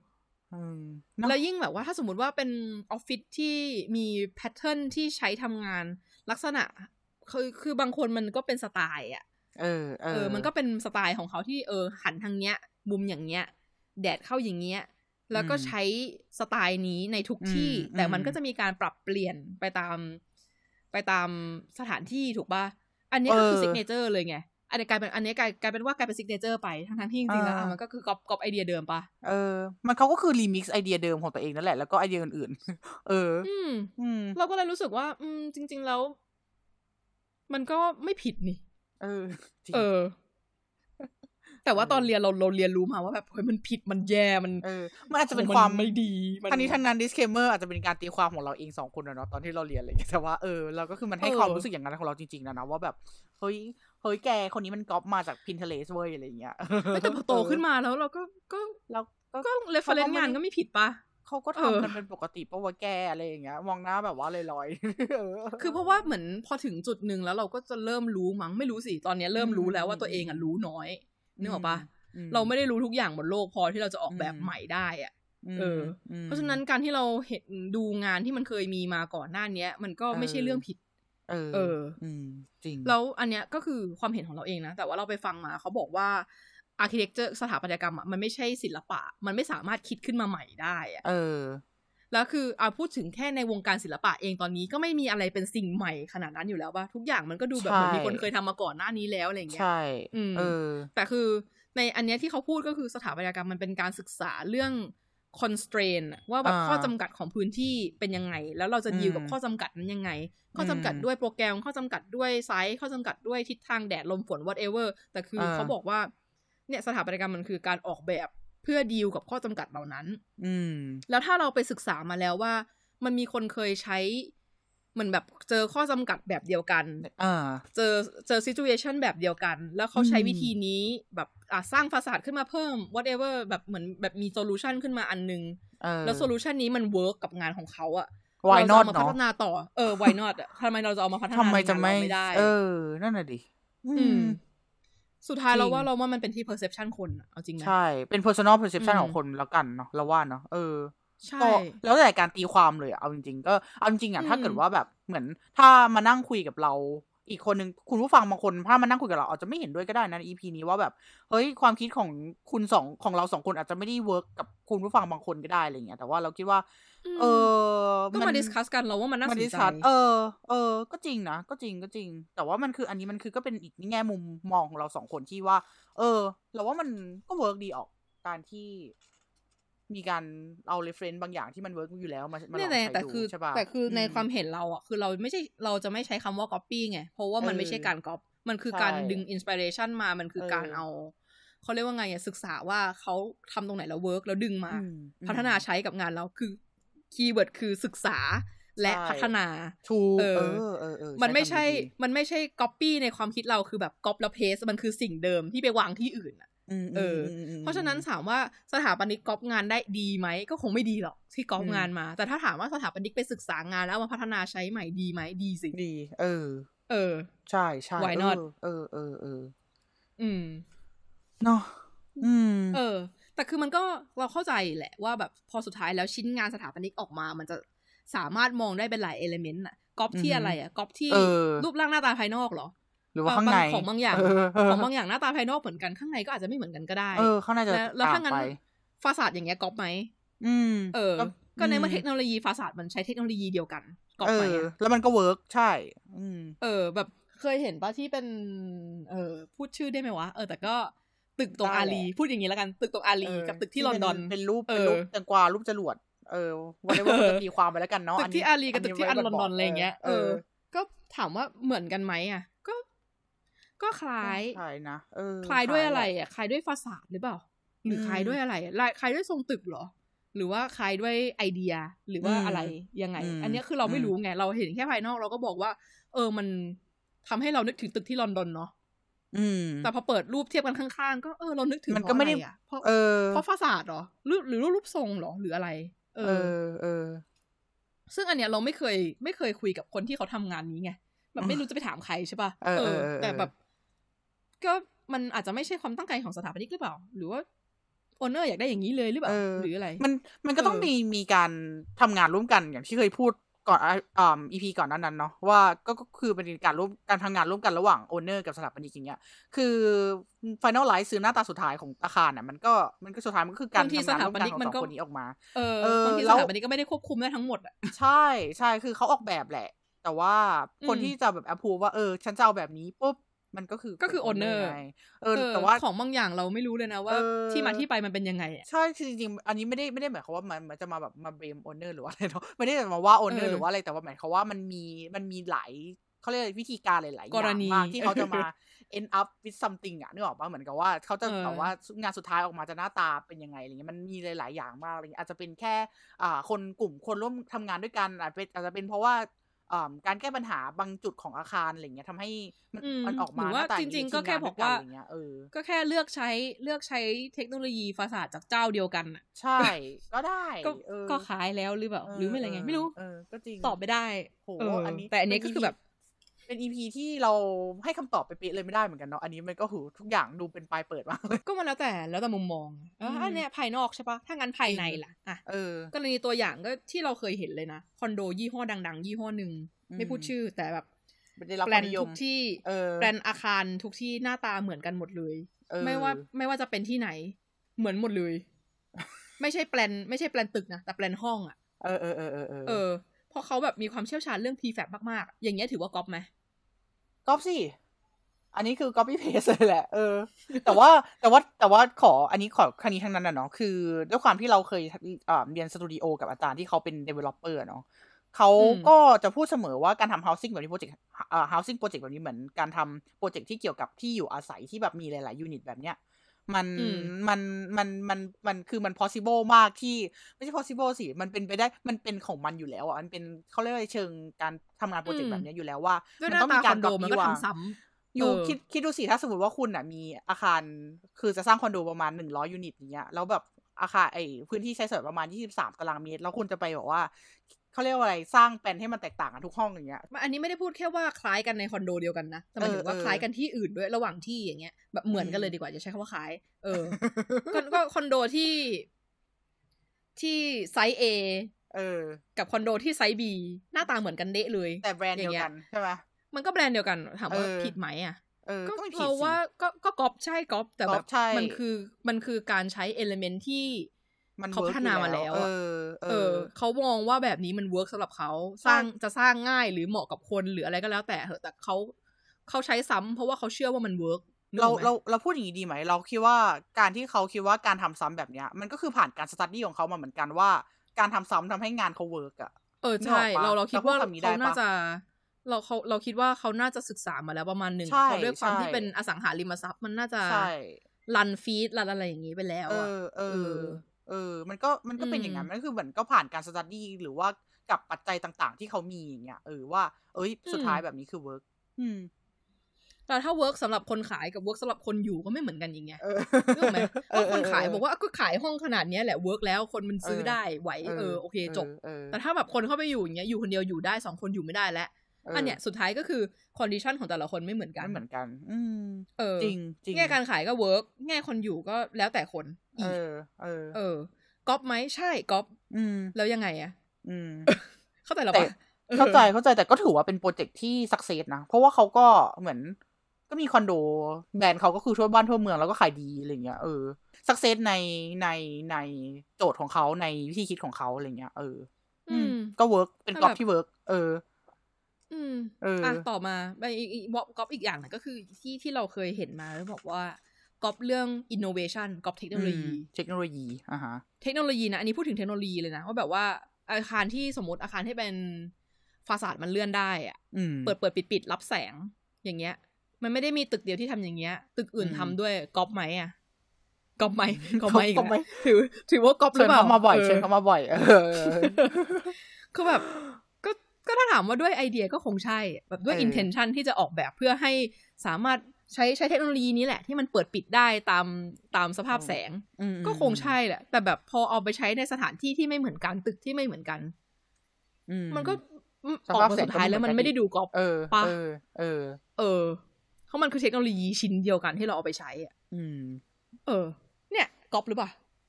แล้วยิ่งแบบว่าถ้าสมมติว่าเป็นออฟฟิศที่มีแพทเทิร์นที่ใช้ทำงานลักษณะคือคือบางคนมันก็เป็นสไตล์อ่ะเออเออเออมันก็เป็นสไตล์ของเขาที่เออหันทางเนี้ยมุมอย่างเงี้ยแดดเข้าอย่างเงี้ยแล้วก็ใช้สไตล์นี้ในทุกที่แต่มันก็จะมีการปรับเปลี่ยนไปตามไปตามสถานที่ถูกป่ะอันนี้ก็คือซิกเนเจอร์เลยไงอันนี้กลายเป็นอันนี้กลายกลายเป็นว่ากลายเป็นซิกเนเจอร์ไปทั้งๆที่จริงๆแล้วมันก็คือก๊อปก๊อปไอเดียเดิมป่ะเออมันเขาก็คือรีมิกซ์ไอเดียเดิมของตัวเองนั่นแหละแล้วก็ไอเดียอื่นๆเอออืมอืมเราก็เลยรู้สึกว่าอืมจริงๆแล้วมันก็ไม่ผิดนี่เออเออแต่ว่าตอนเรียนเราเราเรียนรู้มาว่าแบบเฮ้ยมันผิดมันแย่มันเออมันอาจจะเป็นความไม่ดีทันนี้ทันนั้น disclaimer อาจจะเป็นการตีความของเราเองสองคนนะเนาะตอนที่เราเรียนอะไรอย่างเงี้ยแต่ว่าเออเราก็คือมันให้ความรู้สึกอย่างนั้นของเราจริงๆนะนะว่าแบบเฮ้ยเฮ้ยแกคนนี้มันก๊อปมาจาก Pinterest เว้ยอะไรอย่างเงี้ยแต่พอโตขึ้นมาแล้วเราก็ก็เราก็ reference งานก็ไม่ผิดป่ะเขาก็ทำกันเป็นปกติป่ะว่าแกอะไรอย่างเงี้ยมองหน้าแบบว่าลอยๆคือเพราะว่าเหมือนพอถึงจุดนึงแล้วเราก็จะเริ่มรู้มั้งไม่รู้สิตอนนี้เริ่มรู้แล้วว่าตัวเองอ่ะรู้น้อยนึกออกป่ะเราไม่ได้รู้ทุกอย่างบนโลกพอที่เราจะออกแบบใหม่ได้อ่ะเออเพราะฉะนั้นการที่เราเห็นดูงานที่มันเคยมีมาก่อนหน้านี้มันก็ไม่ใช่เรื่องผิดเออเออจริงแล้วอันเนี้ยก็คือความเห็นของเราเองนะแต่ว่าเราไปฟังมาเขาบอกว่าอาร์คิเทคเจอร์สถาปัตยกรรมอ่ะมันไม่ใช่ศิลปะมันไม่สามารถคิดขึ้นมาใหม่ได้อ่ะเออแล้วคือเอาพูดถึงแค่ในวงการศิลปะเองตอนนี้ก็ไม่มีอะไรเป็นสิ่งใหม่ขนาดนั้นอยู่แล้วป่ะทุกอย่างมันก็ดูแบบเหมือนมีคนเคยทำมาก่อนหน้านี้แล้วอะไรอย่างเงี้ยใช่เออแต่คือในอันเนี้ยที่เขาพูดก็คือสถาปัตยกรรมมันเป็นการศึกษาเรื่อง constraint ว่าแบบข้อจำกัดของพื้นที่เป็นยังไงแล้วเราจะดีลกับข้อจำกัดนั้นยังไงข้อจำกัดด้วยโปรแกรมข้อจำกัดด้วยไซส์ข้อจำกัดด้วยทิศทางแดดลมฝน whatever แต่คือเขาบอกว่าเนี่ยสถาปัตยกรรมมันคือการออกแบบเพื่อดีลกับข้อจำกัดเหล่านั้นแล้วถ้าเราไปศึกษามาแล้วว่ามันมีคนเคยใช้เหมือนแบบเจอข้อจำกัดแบบเดียวกันเจอเจอ situation แบบเดียวกันแล้วเขาใช้วิธีนี้แบบอ่ะสร้างฟาสาดขึ้นมาเพิ่ม whatever แบบเหมือนแบบมีโซลูชันขึ้นมาอันนึงแล้วโซลูชันนี้มันเวิร์กกับงานของเขาอะ why not มาพัฒนาต่อเออ why not อะทำไมเราจะเอามาพัฒนาทำไมจะไม่ได้เออนั่นน่ะดิอืมสุดท้ายเราว่าเราว่ามันเป็นที่ perception คนอะเอาจริงไหมใช่เป็น personal perception ของคนแล้วกันเนาะเราว่าเนาะเออใช่แล้วแต่การตีความเลยเอาจริงๆก็เอาจริงๆอ่ะถ้าเกิดว่าแบบเหมือนถ้ามานั่งคุยกับเราอีกคนนึงคุณผู้ฟังบางคนถ้ามานั่งคุยกับเราอาจจะไม่เห็นด้วยก็ได้นะ อี พี นี้ว่าแบบเฮ้ยความคิดของคุณสองของเราสองคนอาจจะไม่ได้เวิร์กกับคุณผู้ฟังบางคนก็ได้อะไรเงี้ยแต่ว่าเราคิดว่าเออก็มาดิสคัสกันเราว่ามันน่าสนใจเออเออก็จริงนะก็จริงก็จริงแต่ว่ามันคืออันนี้มันคือก็เป็นอีกแง่มุมมองของเราสองคนที่ว่าเออเราว่ามันก็เวิร์กดีออกการที่มีการเอา reference บางอย่างที่มันเวิร์กอยู่แล้วมามาลองใช้ดูใช่ป่ะแต่คือในความเห็นเราอ่ะคือเราไม่ใช่เราจะไม่ใช้คำว่า copy ไงเพราะว่ามันไม่ใช่การ copy มันคือการดึง inspiration มามันคือการเอาเขาเรียกว่าไงอ่ะศึกษาว่าเขาทำตรงไหนแล้วเวิร์กแล้วดึงมาพัฒนาใช้กับงานเราคือคีย์เวิร์ดคือศึกษาและพัฒนาถูกเออเออมันไม่ใช่มันไม่ใช่ copy ในความคิดเราคือแบบ copy แล้ว paste มันคือสิ่งเดิมที่ไปวางที่อื่นเออเพราะฉะนั้นถามว่าสถาปนิกก๊อปงานได้ดีไหมก็คงไม่ดีหรอกที่ก๊อปงานมาแต่ถ้าถามว่าสถาปนิกไปศึกษางานแล้วมาพัฒนาใช้ใหม่ดีไหมดีสิดีเออเออใช่ใช่ why not เออเออเอออืมเนาะอืมเออแต่คือมันก็เราเข้าใจแหละว่าแบบพอสุดท้ายแล้วชิ้นงานสถาปนิกออกมามันจะสามารถมองได้เป็นหลายเอลิเมนต์น่ะก๊อปที่อะไรอ่ะก๊อปที่รูปร่างหน้าตาภายนอกเหรอหรือว่าข้างในของบางอย่างของบางอย่างหน้าตาภายนอกเหมือนกันข้างในก็อาจจะไม่เหมือนกันก็ได้เออข้างในจะแล้วถ้างั้นฟาสาดอย่างเงี้ยก๊อปไหมอืมเออก็ในเมื่อเทคโนโลยีฟาสาดมันใช้เทคโนโลยีเดียวกันก๊อปไหมแล้วมันก็เวิร์กใช่อืมเออแบบเคยเห็นป่ะที่เป็นเออพูดชื่อได้ไหมวะเออแต่ก็ตึกตรงอารีพูดอย่างงี้แล้วกันตึกตรงอารีกับตึกที่ลอนดอนเป็นรูปเป็นรูปแตงกวารูปจรวดเออวันนี้ว่าจะตีความไปแล้วกันเนาะตึกที่อารีกับตึกที่อันลอนดอนอะไรอย่างเงี้ยเออก็ถามว่าเหมือนกันไหมอ่ะก็ก็คล้ายคล้ายนะเออคล้ายด้วยอะไรอ่ะคล้ายด้วยฟาสาดหรือเปล่าหรือคล้ายด้วยอะไรคล้ายด้วยทรงตึกเหรอหรือว่าคล้ายด้วยไอเดียหรือว่าอะไรยังไงอันนี้คือเราไม่รู้ไงเราเห็นแค่ภายนอกเราก็บอกว่าเออมันทำให้เรานึกถึงตึกที่ลอนดอนเนาะแต่พอเปิดรูปเทียบกันข้างๆก็เออเรานึกถึงมันก็ไม่ได้เพราะเพราะฟาสาดเหรอหรือหรือรูปทรงเหรอหรืออะไรเออเออซึ่งอันเนี้ยเราไม่เคยไม่เคยคุยกับคนที่เขาทำงานนี้ไงแบบไม่รู้จะไปถามใครใช่ป่ะเออแต่แบบก็มันอาจจะไม่ใช่ความตั้งใจของสถาปนิกหรือเปล่าหรือว่าโอนเนอร์อยากได้อย่างนี้เลยหรือเปล่าหรืออะไรมันมันก็ต้องมีมีการทำงานร่วมกันอย่างที่เคยพูดก่อนอ่า อี พี ก่อนนั้นๆเนาะว่าก็ก็คือเป็นการร่วมการทำงานร่วมกันระหว่างโอนเนอร์กับสถาปนิกอย่างเงี้ยคือ finalize ซื้อหน้าตาสุดท้ายของอาคารน่ะมันก็มันก็สุดท้ายมันก็คือการทำงานร่วมกันของสองคนนี้ออกมาเออบางทีสถาปนิกก็ไม่ได้ควบคุมได้ทั้งหมดอ่ะใช่ใช่คือเขาออกแบบแหละแต่ว่าคนที่จะแบบ approve ว่าเออฉันจะเอาแบบนี้ปุ๊บมันก็คือก็คือโอนเนอร์เออแต่ว่าของบางอย่างเราไม่รู้เลยนะว่าที่มาที่ไปมันเป็นยังไงอ่ะใช่คือจริงๆอันนี้ไม่ได้ไม่ได้หมายความว่ามันมันจะมาแบบมาเบรมโอนเนอร์หรือว่าอะไรเนาะไม่ได้มาว่าโอนเนอร์หรือว่าอะไรแต่ว่าหมายความว่ามันมีมันมีหลายเขาเรียกวิธีการหลายๆอย่างมากที่เขาจะมา end up with something อ่ะนึกออกป่ะเหมือนกับว่าเขาจะแบบว่างานสุดท้ายออกมาจะหน้าตาเป็นยังไงอะไรเงี้ยมันมีหลายๆอย่างมากอะไรเงี้ยอาจจะเป็นแค่อ่าคนกลุ่มคนร่วมทำงานด้วยกันอาจจะอาจจะเป็นเพราะว่าการแก้ปัญหาบางจุดของอาคารอะไรเงี้ยทำให้มันออกมาหน้าตาจริงๆก็แค่บอกว่าก็แค่เลือกใช้เลือกใช้เทคโนโลยีฟาสาดจากเจ้าเดียวกันอ่ะใช่ก็ได้ก็ขายแล้วหรือเปล่าหรือไม่อะไรไงไม่รู้ตอบไม่ได้โหอันนี้แต่อันนี้ก็คือแบบเป็น อี พี ที่เราให้คำตอบไปเป๊ะเลยไม่ได้เหมือนกันเนาะอันนี้มันก็หูทุกอย่างดูเป็นปลายเปิดมากเลยก็มาแล้วแต่แล้วแต่มุมมองอันเนี้ยภายนอกใช่ปะถ้างั้นภายในล่ะอ่ะกรณีตัวอย่างก็ที่เราเคยเห็นเลยนะคอนโดยี่ห้อดังๆยี่ห้อหนึ่งไม่พูดชื่อแต่แบบแปลนทุกที่แปลนอาคารทุกที่หน้าตาเหมือนกันหมดเลยไม่ว่าไม่ว่าจะเป็นที่ไหนเหมือนหมดเลยไม่ใช่แปลนไม่ใช่แปลนตึกนะแต่แปลนห้องอ่ะเออเออเออเออเออเพราะเขาแบบมีความเชี่ยวชาญเรื่อง พี แฟบ มากๆอย่างเงี้ยถือว่าก๊อปไหมก๊อปสิอันนี้คือ copy paste เลยแหละเออแต่ว่าแต่ว่าแต่ว่าขออันนี้ขอคันนี้ทั้งนั้นน่ะเนาะคือด้วยความที่เราเคยอ่าเรียนสตูดิโอกับอาจารย์ที่เขาเป็น developer เนาะเขาก็จะพูดเสมอว่าการทำ housing แบบนี้โปรเจกต์อ่า housing project แบบนี้เหมือนการทำโปรเจกต์ที่เกี่ยวกับที่อยู่อาศัยที่แบบมีหลายๆยูนิตแบบเนี้ยมันมันมันมันมันคือมัน possible มากที่ไม่ใช่ possible สิมันเป็นไปได้มันเป็นของมันอยู่แล้วอ่ะมันเป็นเขาเรียกว่าเชิงการทำงานโปรเจกต์แบบนี้อยู่แล้วว่ามันต้องมีการคอนโดมันก็ทำซ้ำอยู่คิดคิดดูสิถ้าสมมติว่าคุณอ่ะมีอาคารคือจะสร้างคอนโดประมาณหนึ่งร้อยยูนิตอย่างเงี้ยแล้วแบบอาคารไอ้พื้นที่ใช้สอยประมาณยี่สิบสามตารางเมตรแล้วคุณจะไปบอกว่าเขาเรียกว่าอะไรสร้างแปลนให้มันแตกต่างกันทุกห้องอย่างเงี้ยอันนี้ไม่ได้พูดแค่ว่าคล้ายกันในคอนโดเดียวกันนะแต่หมายถึงว่าคล้ายกันที่อื่นด้วยระหว่างที่อย่างเงี้ยแบบเหมือนกันเลยดีกว่าจะใช้คำว่าคล้ายเออก็คอนโดที่ที่ไซส์ A เออกับคอนโดที่ไซส์ B หน้าตาเหมือนกันเดะเลยแต่แบรนด์เดียวกันใช่ไหมมันก็แบรนด์เดียวกันถามว่าผิดไหมอ่ะก็เราว่าก็ก็ก๊อปใช่ก๊อปแต่แบบมันคือมันคือการใช้เอลิเมนต์ที่เขาพัฒนามาแล้วเออเออเขามองว่าแบบนี้มันเวิร์กสำหรับเขาสร้างจะสร้างง่ายหรือเหมาะกับคนหรืออะไรก็แล้วแต่เหอะแต่เขาเขาใช้ซ้ำเพราะว่าเขาเชื่อว่ามันเวิร์กเราเราเราพูดอย่างนี้ดีไหมเราคิดว่าการที่เขาคิดว่าการทำซ้ำแบบเนี้ยมันก็คือผ่านการสตั๊ดดี้ของเขามาเหมือนกันว่าการทำซ้ำทำให้งานเขาเวิร์กอ่ะเออใช่เราเราคิดว่าเขาน่าจะเราเขาเราคิดว่าเขาน่าจะศึกษามาแล้วประมาณหนึ่งเพราะด้วยความที่เป็นอสังหาริมทรัพย์มันน่าจะรันฟีดรันอะไรอย่างนี้ไปแล้วอ่ะเออเออมันก็มันก็เป็นอย่างนั้นมันคือเหมือนก็ผ่านการสตั๊ดดี้หรือว่ากับปัจจัยต่างๆที่เขามีอย่างเงี้ยเออว่าเอ้ยสุดท้ายแบบนี้คือเวิร์กอืมแต่ถ้าเวิร์กสำหรับคนขายกับเวิร์กสำหรับคนอยู่ก็ไม่เหมือนกันอย่างเงี้ยรู้ไหมเพราะคนขายบอกว่าก็ขายห้องขนาดนี้แหละเวิร์กแล้วคนมันซื้อได้ไหวเออโอเคจบแต่ถ้าแบบคนเข้าไปอยู่อย่างเงี้ยอยู่คนเดียวอยู่ได้สองคนอยู่ไม่ได้แล้วอันเนี้ยสุดท้ายก็คือคอนดิชันของแต่ละคนไม่เหมือนกันไม่เหมือนกันอืมเออจริงจริงแง่การขายก็เวิร์กแง่คนอยู่ก็แล้วแต่คนเออเออเออก๊อปไหมใช่ก๊อปอืมแล้วยังไงอ่ะอืมเข้าใจหรอปะเข้าใจเข้าใจแต่ก็ถือว่าเป็นโปรเจกต์ที่สักเซสนะเพราะว่าเขาก็เหมือนก็มีคอนโดแบรนด์เขาก็คือทั่วบ้านทั่วเมืองแล้วก็ขายดีอะไรเงี้ยเออสักเซสในในในโจทย์ของเขาในวิธีคิดของเขาอะไรเงี้ยเอออืมก็เวิร์กเป็นก๊อปที่เวิร์กเอออืมเอออ่ะต่อมาไปอีกก๊อปอีกอย่างนึงก็คือที่ที่เราเคยเห็นมาแล้วบอกว่าก๊อปเรื่อง innovation ก๊อปเทคโนโลยีเทคโนโลยีอ่ะฮะเทคโนโลยีนะอันนี้พูดถึงเทคโนโลยีเลยนะว่าแบบว่าอาคารที่สมมติอาคารที่เป็นฟาสาดมันเลื่อนได้อ่ะเปิดเปิดปิดปิดรับแสงอย่างเงี้ยมันไม่ได้มีตึกเดียวที่ทำอย่างเงี้ยตึกอื่นทำด้วยก๊อปไหมอ่ะก๊อปไหมก๊อปไหมอีกแล้วถือถือว่าก๊อปหรือเปล่าเชิญเขามาบ่อยเชิญเขามาบ่อยเออคือแบบก็ก็ถ้าถามว่าด้วยไอเดียก็คงใช่แบบด้วย intention ที่จะออกแบบเพื่อให้สามารถใช้ใช้เทคโนโลยีนี้แหละที่มันเปิดปิดได้ตามตามสภาพแสงก็คงใช่แหละแต่แบบพอเอาไปใช้ในสถานที่ที่ไม่เหมือนกันตึกที่ไม่เหมือนกันมันก็ออกมาสุดท้ายแล้วมันไม่ได้ดูก๊อปป่ะเออเออเออเพราะมันคือเทคโนโลยีชิ้นเดียวกันที่เราเอาไปใช้อ่ะเออเนี่ยก๊อปหรือเปล่า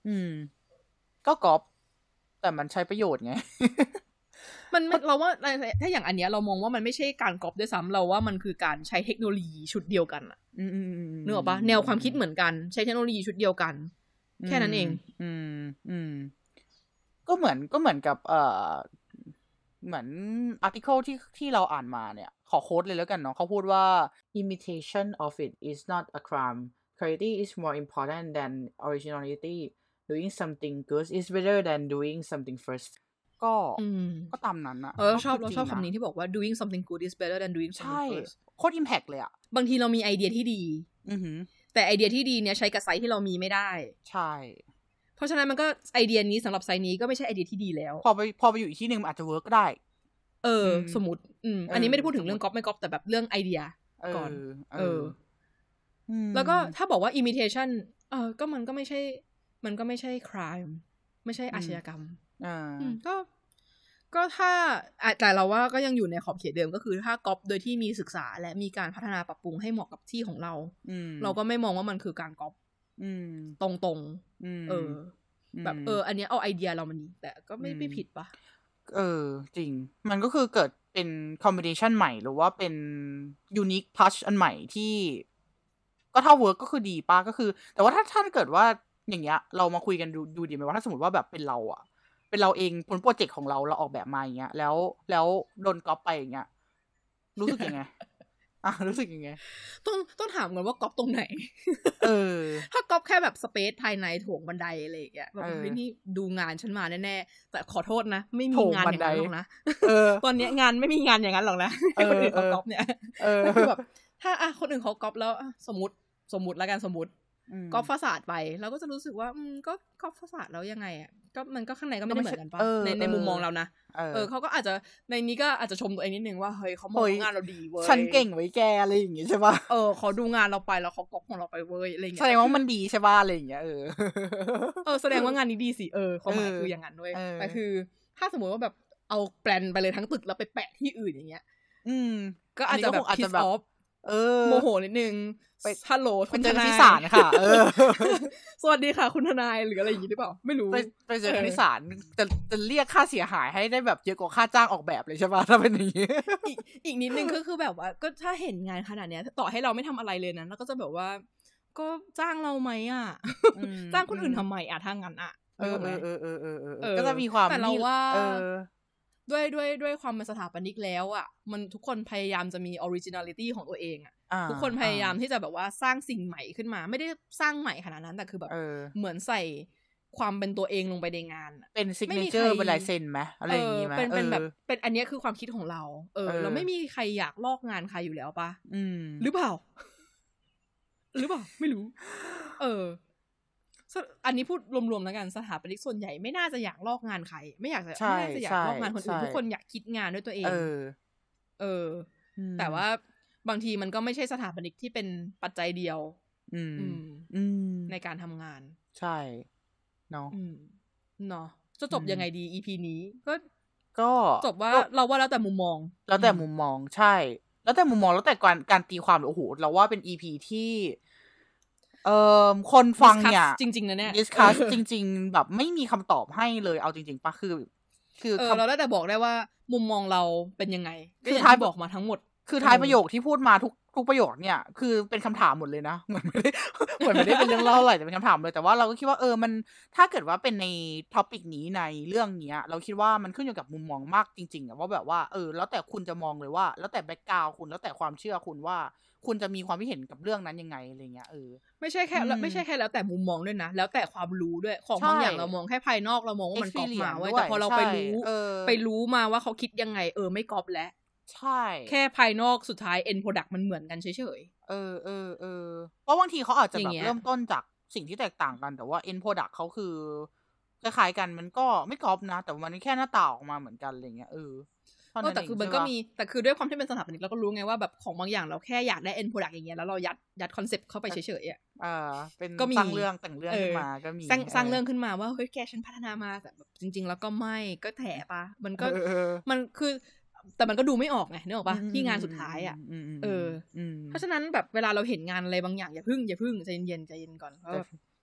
อืมก็ก๊อปแต่มันใช้ประโยชน์ไงมันเราว่าถ้าอย่างอันเนี้ยเรามองว่ามันไม่ใช่การก๊อปด้วยซ้ำเราว่ามันคือการใช้เทคโนโลยีชุดเดียวกันอ่ะนึกออกปะแนวความคิดเหมือนกันใช้เทคโนโลยีชุดเดียวกันแค่นั้นเองอืมอืมก็เหมือนก็เหมือนกับเอ่อเหมือนอาร์ติเคิลที่ที่เราอ่านมาเนี่ยขอโค้ดเลยแล้วกันเนาะเขาพูดว่า imitation of it is not a crime quality is more important than originality doing something good is better than doing something first ก็ก็ตามนั้นอะเออชอบเราชอบคำนี้ที่บอกว่า doing something good is better than doing something first โคตร impact เลยอะบางทีเรามีไอเดียที่ดีแต่ไอเดียที่ดีเนี่ยใช้กับไซต์ที่เรามีไม่ได้ใช่เพราะฉะนั้นมันก็ไอเดียนี้สำหรับไซต์นี้ก็ไม่ใช่ไอเดียที่ดีแล้วพอไปพอไปอยู่อีกที่นึงอาจจะเวิร์กก็ได้เออสมมติอืมอันนี้ไม่ได้พูดถึงเรื่องก๊อปไม่ก๊อปแต่แบบเรื่องไอเดียก่อนเออแล้วก็ถ้าบอกว่า imitation เออก็มันก็ไม่ใช่มันก็ไม่ใช่ crime ไม่ใช่อาชญากรรมอ่าก็ก็ถ้าแต่เราว่าก็ยังอยู่ในขอบเขตเดิมก็คือถ้าก๊อปโดยที่มีศึกษาและมีการพัฒนาปรับปรุงให้เหมาะกับที่ของเราเราก็ไม่มองว่ามันคือการก๊อปตรงๆเออแบบเอออันนี้เอาไอเดียเรามานี่แต่ก็ไม่ไม่ผิดปะเออจริงมันก็คือเกิดเป็นคอมบิเนชันใหม่หรือว่าเป็นยูนิคทัชอันใหม่ที่ก็ถ้าเวิร์กก็คือดีป่ะก็คือแต่ว่าถ้าถ้าเกิดว่าอย่างเงี้ยเรามาคุยกันดูดูดีไหมว่าถ้าสมมติว่าแบบเป็นเราอะเป็นเราเองผลโปรเจกต์ของเราเราออกแบบมาอย่างเงี้ยแล้วแล้วโดนก๊อปไปอย่างเงี้ยรู้สึกยังไงอ่ะรู้สึกยังไงต้องต้องถามกันว่าก๊อปตรงไหนเออถ้าก๊อปแค่แบบสเปซภายในโถงบันไดอะไรอย่างเงี้ยแบบนี่ดูงานฉันมาแน่ๆแต่ขอโทษนะไม่มีงานอย่างนั้นหรอกนะตอนนี้งานไม่มีงานอย่างนั้นหรอกนะคนอื่นเขาก๊อปเนี่ยคือแบบถ้าอ่ะคนอื่นเขาก๊อปแล้วสมมติสมมติแล้วกันสมมติก๊อปฟาสาดไปเราก็จะรู้สึกว่าอืมก็ก๊อปฟาสาดแล้วยังไงอ่ะก็มันก็ข้างในก็ไม่ได้เหมือนกันป่ะในในมุมมองเรานะเออเขาก็อาจจะในนี้ก็อาจจะชมตัวเองนิดนึงว่าเฮ้ยเขามองงานเราดีเว้ยฉันเก่งไว้แกอะไรอย่างงี้ใช่ป่ะเออเขาดูงานเราไปแล้วเขาก๊อปของเราไปเว้ยอะไรอย่างเงี้ยแสดงว่ามันดีใช่ป่ะอะไรอย่างเงี้ยเออเออแสดงว่างานนี้ดีสิเออความหมายคืออย่างนั้นด้วยแต่คือถ้าสมมติว่าแบบเอาแปลนไปเลยทั้งตึกแล้วไปแปะที่อื่นอย่างเงี้ยอืมก็อาจจะแบบคิสออฟเออโมโหนิดนึงไปฮัลโหลคุณทนายที่ศาลค่ะเออสวัสดีค่ะคุณทนายหรืออะไรอย่างงี้หรือเปล่าไม่รู้ไปไปเจอกันที่ศาลจะจะเรียกค่าเสียหายให้ได้แบบเยอะกว่าค่าจ้างออกแบบเลยใช่ป่ะถ้าเป็นอย่างงี้อีกอีกนิดนึงก็คือแบบว่าก็ถ้าเห็นงานขนาดเนี้ยต่อให้เราไม่ทำอะไรเลยนะแล้วก็จะแบบว่าก็จ้างเราไหมอ่ะจ้างคนอื่นทำไมอ่ะถ้างั้นอ่ะเออเออเออเออเออก็จะมีความแต่เราว่าด้วยด้วยด้วยความเป็นสถาปนิกแล้วอ่ะมันทุกคนพยายามจะมี originality ของตัวเองอ่ะทุกคนพยายามที่จะแบบว่าสร้างสิ่งใหม่ขึ้นมาไม่ได้สร้างใหม่ขนาดนั้นแต่คือแบบเหมือนใส่ความเป็นตัวเองลงไปในงานเป็น signature เป็นลายเซ็นไหมอะไรอย่างงี้ไหมเป็นเป็นแบบเป็นอันนี้คือความคิดของเราเออเราไม่มีใครอยากลอกงานใครอยู่แล้วป่ะหรือเปล่าหรือเปล่าไม่รู้เอออันนี้พูดรวมๆแล้วกันสถาปนิกส่วนใหญ่ไม่น่าจะอยากลอกงานใครไม่อยากจะไม่น่าจะอยากลอกงานคนอื่นทุกคนอยากคิดงานด้วยตัวเองเออเออแต่ว่าบางทีมันก็ไม่ใช่สถาปนิกที่เป็นปัจจัยเดียวอืมอืมในการทำงานใช่เนาะเนาะจะจบยังไงดี อี พี นี้ก็ก็จบว่าเราว่าแล้วแต่มุมมองแล้วแต่มุมมองใช่แล้วแต่มุมมองแล้วแต่การการตีความโอ้โหเราว่าเป็น อี พี ที่เอ่อคนฟังเนี่ยจริงๆนะเนี่ย discuss จริงๆแบบไม่มีคำตอบให้เลยเอาจริงๆป่ะคือคือเออเราได้แต่บอกได้ว่ามุมมองเราเป็นยังไงคือท้ายบอกมาทั้งหมดคือท้ายประโยคที่พูดมาทุกทุกประโยคเนี่ยคือเป็นคำถามหมดเลยนะเหมือนไม่ได้เหมือนไม่ได้เป็นเรื่องเล่าอะไรแต่เป็นคำถามเลยแต่ว่าเราก็คิดว่าเออมันถ้าเกิดว่าเป็นในท็อปิกนี้ในเรื่องเนี้ยเราคิดว่ามันขึ้นอยู่กับมุมมองมากจริงๆอะว่าแบบว่าเออแล้วแต่คุณจะมองเลยว่าแล้วแต่แบ็คกราวด์คุณแล้วแต่ความเชื่อคุณว่าคุณจะมีความคิดเห็นกับเรื่องนั้นยังไงอะไรเงี้ยเออไม่ใช่แค่ไม่ใช่แค่แล้วแต่มุมมองด้วยนะแล้วแต่ความรู้ด้วยของบางอย่างเรามองแค่ภายนอกเรามองว่ามันก๊อปมาไว้แต่พอเราไปรู้ไปรู้มาว่าเขาคิดยังไงเออไม่ก๊อปแล้วใช่แค่ภายนอกสุดท้าย end product มันเหมือนกันเฉยๆเออเออเออเพราะบางทีเขาอาจจะแบบเริ่มต้นจากสิ่งที่แตกต่างกันแต่ว่า end product เขาคือคล้ายๆกันมันก็ไม่ก๊อปนะแต่มันแค่หน้าตาออกมาเหมือนกันอะไรเงี้ยเออแต่คือมันก็มีแต่คือด้วยความที่เป็นสถาปนิกเราก็รู้ไงว่าแบบของบางอย่างเราแค่อยากได้ end product อย่างเงี้ยแล้วเรายัดยัดคอนเซ็ปต์เข้าไปเฉยๆอ่ะอ่าเป็นสร้างเรื่องแต่งเรื่องขึ้นมาก็มีสร้างสร้างเรื่องขึ้นมาว่าเฮ้ยแกฉันพัฒนามาแต่แบบจริงๆแล้วก็ไม่ก็แถปะมันก็มันคือแต่มันก็ดูไม่ออกไงนึกออกปะที่งานสุดท้ายอ่ะเออเพราะฉะนั้นแบบเวลาเราเห็นงานอะไรบางอย่างอย่าพึ่งอย่าพึ่งใจเย็นๆใจเย็นก่อนเพราะ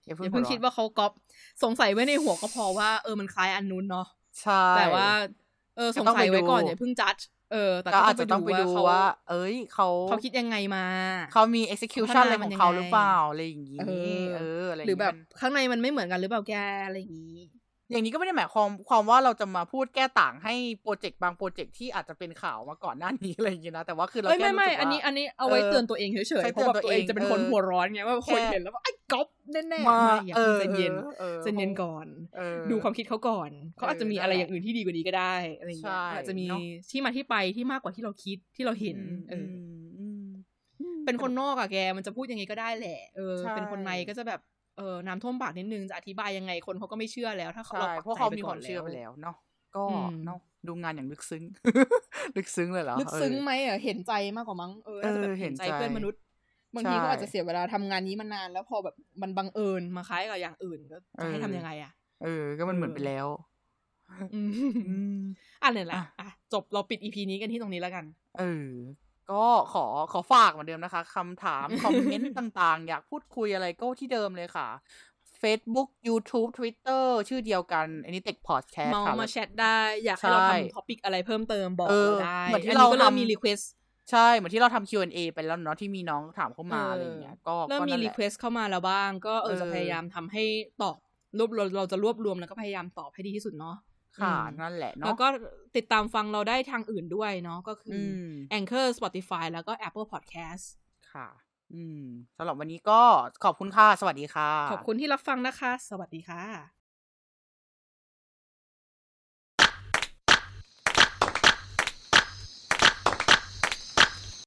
อย่าเพิ่งคิดว่าเขาก๊อปสงสัยไว้ในหัวก็พอว่าเออมันคล้ายอันนู้นเนาะใช่แต่ว่าเออสงสัยไว้ก่อนอย่าเพิ่งจัดเออแต่ก็ต้องไปดูว่าเอ้ยเขาเขาคิดยังไงมาเขามี execution อะไรของเขาหรือเปล่าอะไรอย่างงี้เอออะไรหรือแบบข้างในมันไม่เหมือนกันหรือเปล่าแกอะไรอย่างงี้อย่างนี้ก็ไม่ได้หมายความความว่าเราจะมาพูดแก้ต่างให้โปรเจกต์บางโปรเจกต์ที่อาจจะเป็นข่าวมาก่อนหน้านี้อะไรอย่างงี้นะแต่ว่าคือเราแค่รู้สึกว่าไม่ๆอันนี้อันนี้เอาไว้เตือนตัวเองเฉยๆเพราะว่าตัวเองจะเป็นคนหัวร้อนไงว่าคนเห็นแล้วว่าไอ้ก๊อปแน่ๆไม่อย่าใจเย็นใจเย็นก่อนดูความคิดเขาก่อนเขาอาจจะมีอะไรอย่างอื่นที่ดีกว่านี้ก็ได้อะไรอย่างเงี้ยอาจจะมีที่มาที่ไปที่มากกว่าที่เราคิดที่เราเห็นเออเป็นคนนอกอะแกมันจะพูดยังไงก็ได้แหละเออเป็นคนในก็จะแบบเออน้ำท่วมปากนิดนึงจะอธิบายยังไงคนเขาก็ไม่เชื่อแล้วถ้าเขาเราเพราะเขามีความเชื่อไปแล้วเนาะก็เนาะดูงานอย่างลึกซึ้งลึกซึ้งเลยเหรอลึกซึ้งไหมอ่ะเห็นใจมากกว่ามั้งเออน่าจะแบบเห็นใจเพื่อนมนุษย์บางทีก็อาจจะเสียเวลาทำงานนี้มานานแล้วพอแบบมันบังเอิญมาคล้ายกับอย่างอื่นก็จะให้ทำยังไงอ่ะเออก็มันเหมือนไปแล้วอ่ะเนี่ยแหละอ่ะจบเราปิด อี พี นี้กันที่ตรงนี้แล้วกันเออก็ขอขอฝากเหมือนเดิมนะคะคำถามคอมเมนต์ต่างๆอยากพูดคุยอะไรก็ที่เดิมเลยค่ะ Facebook YouTube Twitter ชื่อเดียวกัน Anytech Podcast ค่ะมาแชทได้อยากให้เราทำท็อปิกอะไรเพิ่มเติมบอกได้เหมือนที่เราก็เริ่มมี request ใช่เหมือนที่เราทำ คิว แอนด์ เอ ไปแล้วเนาะที่มีน้องถามเข้ามาอะไรอย่างเงี้ยก็เริ่มมี request เข้ามาแล้วบ้างก็เออจะพยายามทำให้ตอบรวบเราจะรวบรวมแล้วก็พยายามตอบให้ดีที่สุดเนาะค่ะนั่นแหละเนาะแล้วก็ติดตามฟังเราได้ทางอื่นด้วยเนาะก็คือ Anchor Spotify แล้วก็ Apple Podcast ค่ะอืมสำหรับวันนี้ก็ขอบคุณค่ะสวัสดีค่ะขอบคุณที่รับฟังนะคะสวัสดีค่ะ